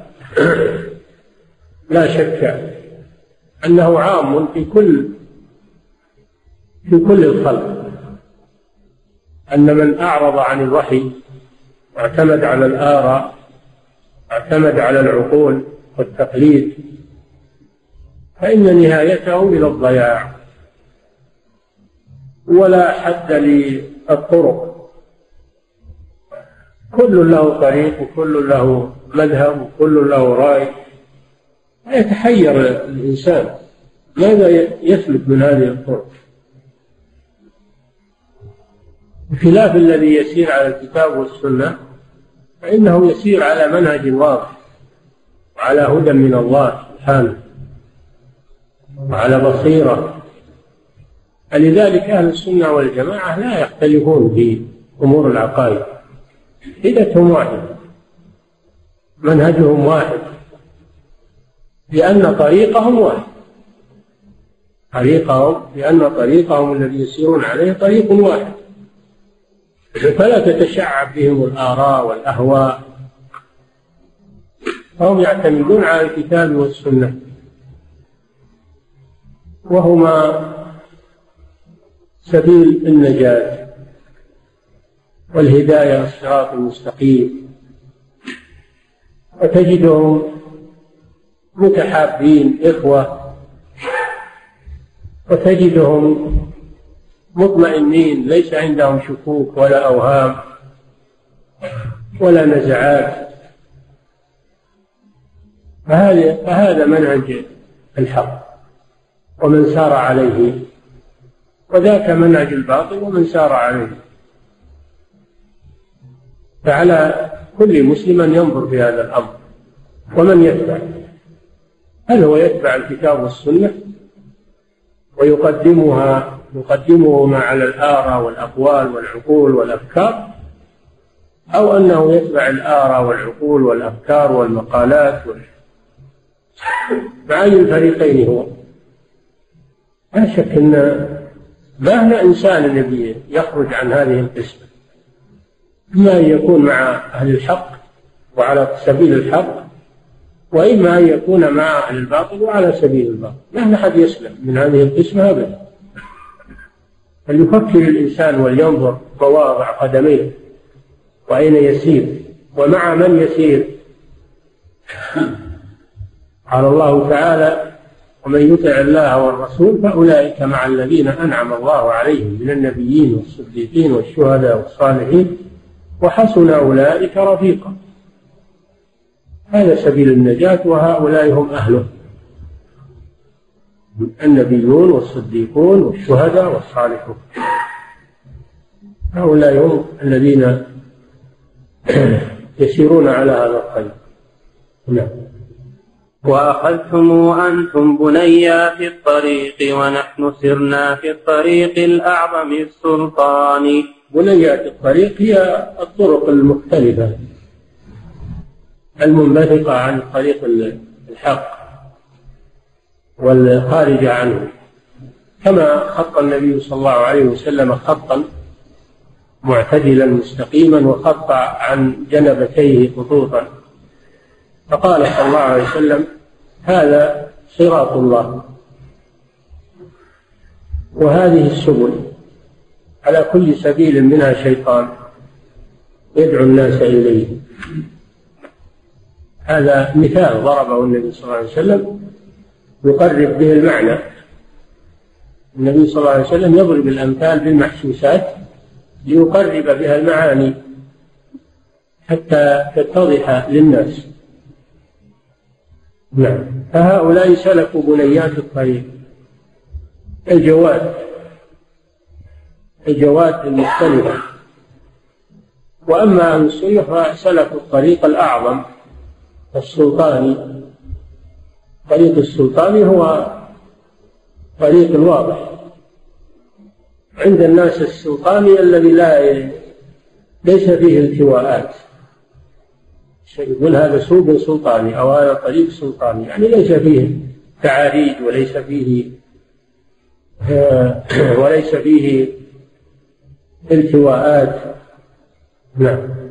لا شك أنه عام في كل في كل الخلق، أن من أعرض عن الوحي واعتمد على الآراء واعتمد على العقول والتقليد فإن نهايته إلى الضياع. ولا حد للطرق، كل له طريق وكل له مذهب وكل له رأي، يتحير الإنسان ماذا يسلك من هذه الطرق، بخلاف الذي يسير على الكتاب والسنة فإنه يسير على منهج واضح وعلى هدى من الله سبحانه وعلى بصيرة. فلذلك أهل السنة والجماعة لا يختلفون في أمور العقائد، هدتهم واحدة منهجهم واحد، لأن طريقهم واحد طريقهم لأن طريقهم الذي يسيرون عليه طريق واحد، فلا تتشعب بهم الآراء والأهواء، فهم يعتمدون على الكتاب والسنة وهما سبيل النجاة والهداية والصراط المستقيم. وتجدهم متحابين إخوة، وتجدهم مطمئنين ليس عندهم شكوك ولا أوهام ولا نزعات. فهذا فهذا منهج الحق ومن سار عليه، وذاك منهج الباطل ومن سار عليه. فعلى كل مسلم أن ينظر في هذا الأمر ومن يتبع، هل هو يتبع الكتاب والسنة ويقدمها يقدمهما على الآراء والأقوال والعقول والأفكار، أو أنه يتبع الآراء والعقول والأفكار والمقالات وال... مع أي الفريقين هو؟ لا شك أن ما إنسان الذي يخرج عن هذه القسمة، إما أن يكون مع أهل الحق وعلى سبيل الحق، وإما أن يكون مع أهل الباطل وعلى سبيل الباطل. ما أحد يسلم من هذه القسمة أبدا. فليفكر الإنسان ولينظر مواضع قدميه وأين يسير ومع من يسير. قال الله تعالى: ومن يطع الله والرسول فأولئك مع الذين أنعم الله عليهم من النبيين والصديقين والشهداء والصالحين وحسن أولئك رفيقا. هذا سبيل النجاة وهؤلاء هم أهله. النبيون والصديقون والشهداء والصالحون، هؤلاء هم الذين يسيرون على هذا الطريق. نعم. وأخذتم أنتم بنيا في الطريق ونحن سرنا في الطريق الأعظم السلطان. بنيا في الطريق هي الطرق المختلفة المنبثقة عن طريق الحق والخارج عنه، كما خط النبي صلى الله عليه وسلم خطا معتدلا مستقيما وخط عن جنبتيه خطوطا، فقال صلى الله عليه وسلم: هذا صراط الله، وهذه السبل، على كل سبيل منها شيطان يدعو الناس إليه. هذا مثال ضربه النبي صلى الله عليه وسلم يقرب به المعنى. النبي صلى الله عليه وسلم يضرب الأمثال بالمحسوسات ليقرب بها المعاني حتى تتضح للناس. نعم. فهؤلاء سلكوا بنيات الطريق، الجواد الجواد المختلفة. وأما أهل السنة فسلكوا الطريق الأعظم السلطاني. الطريق السلطاني هو طريق الواضح عند الناس، السلطاني الذي لا ليس فيه التواءات، يقول هذا سوق سلطاني أو هذا طريق سلطاني، يعني ليس فيه تعاريج وليس فيه وليس فيه التواءات. نعم.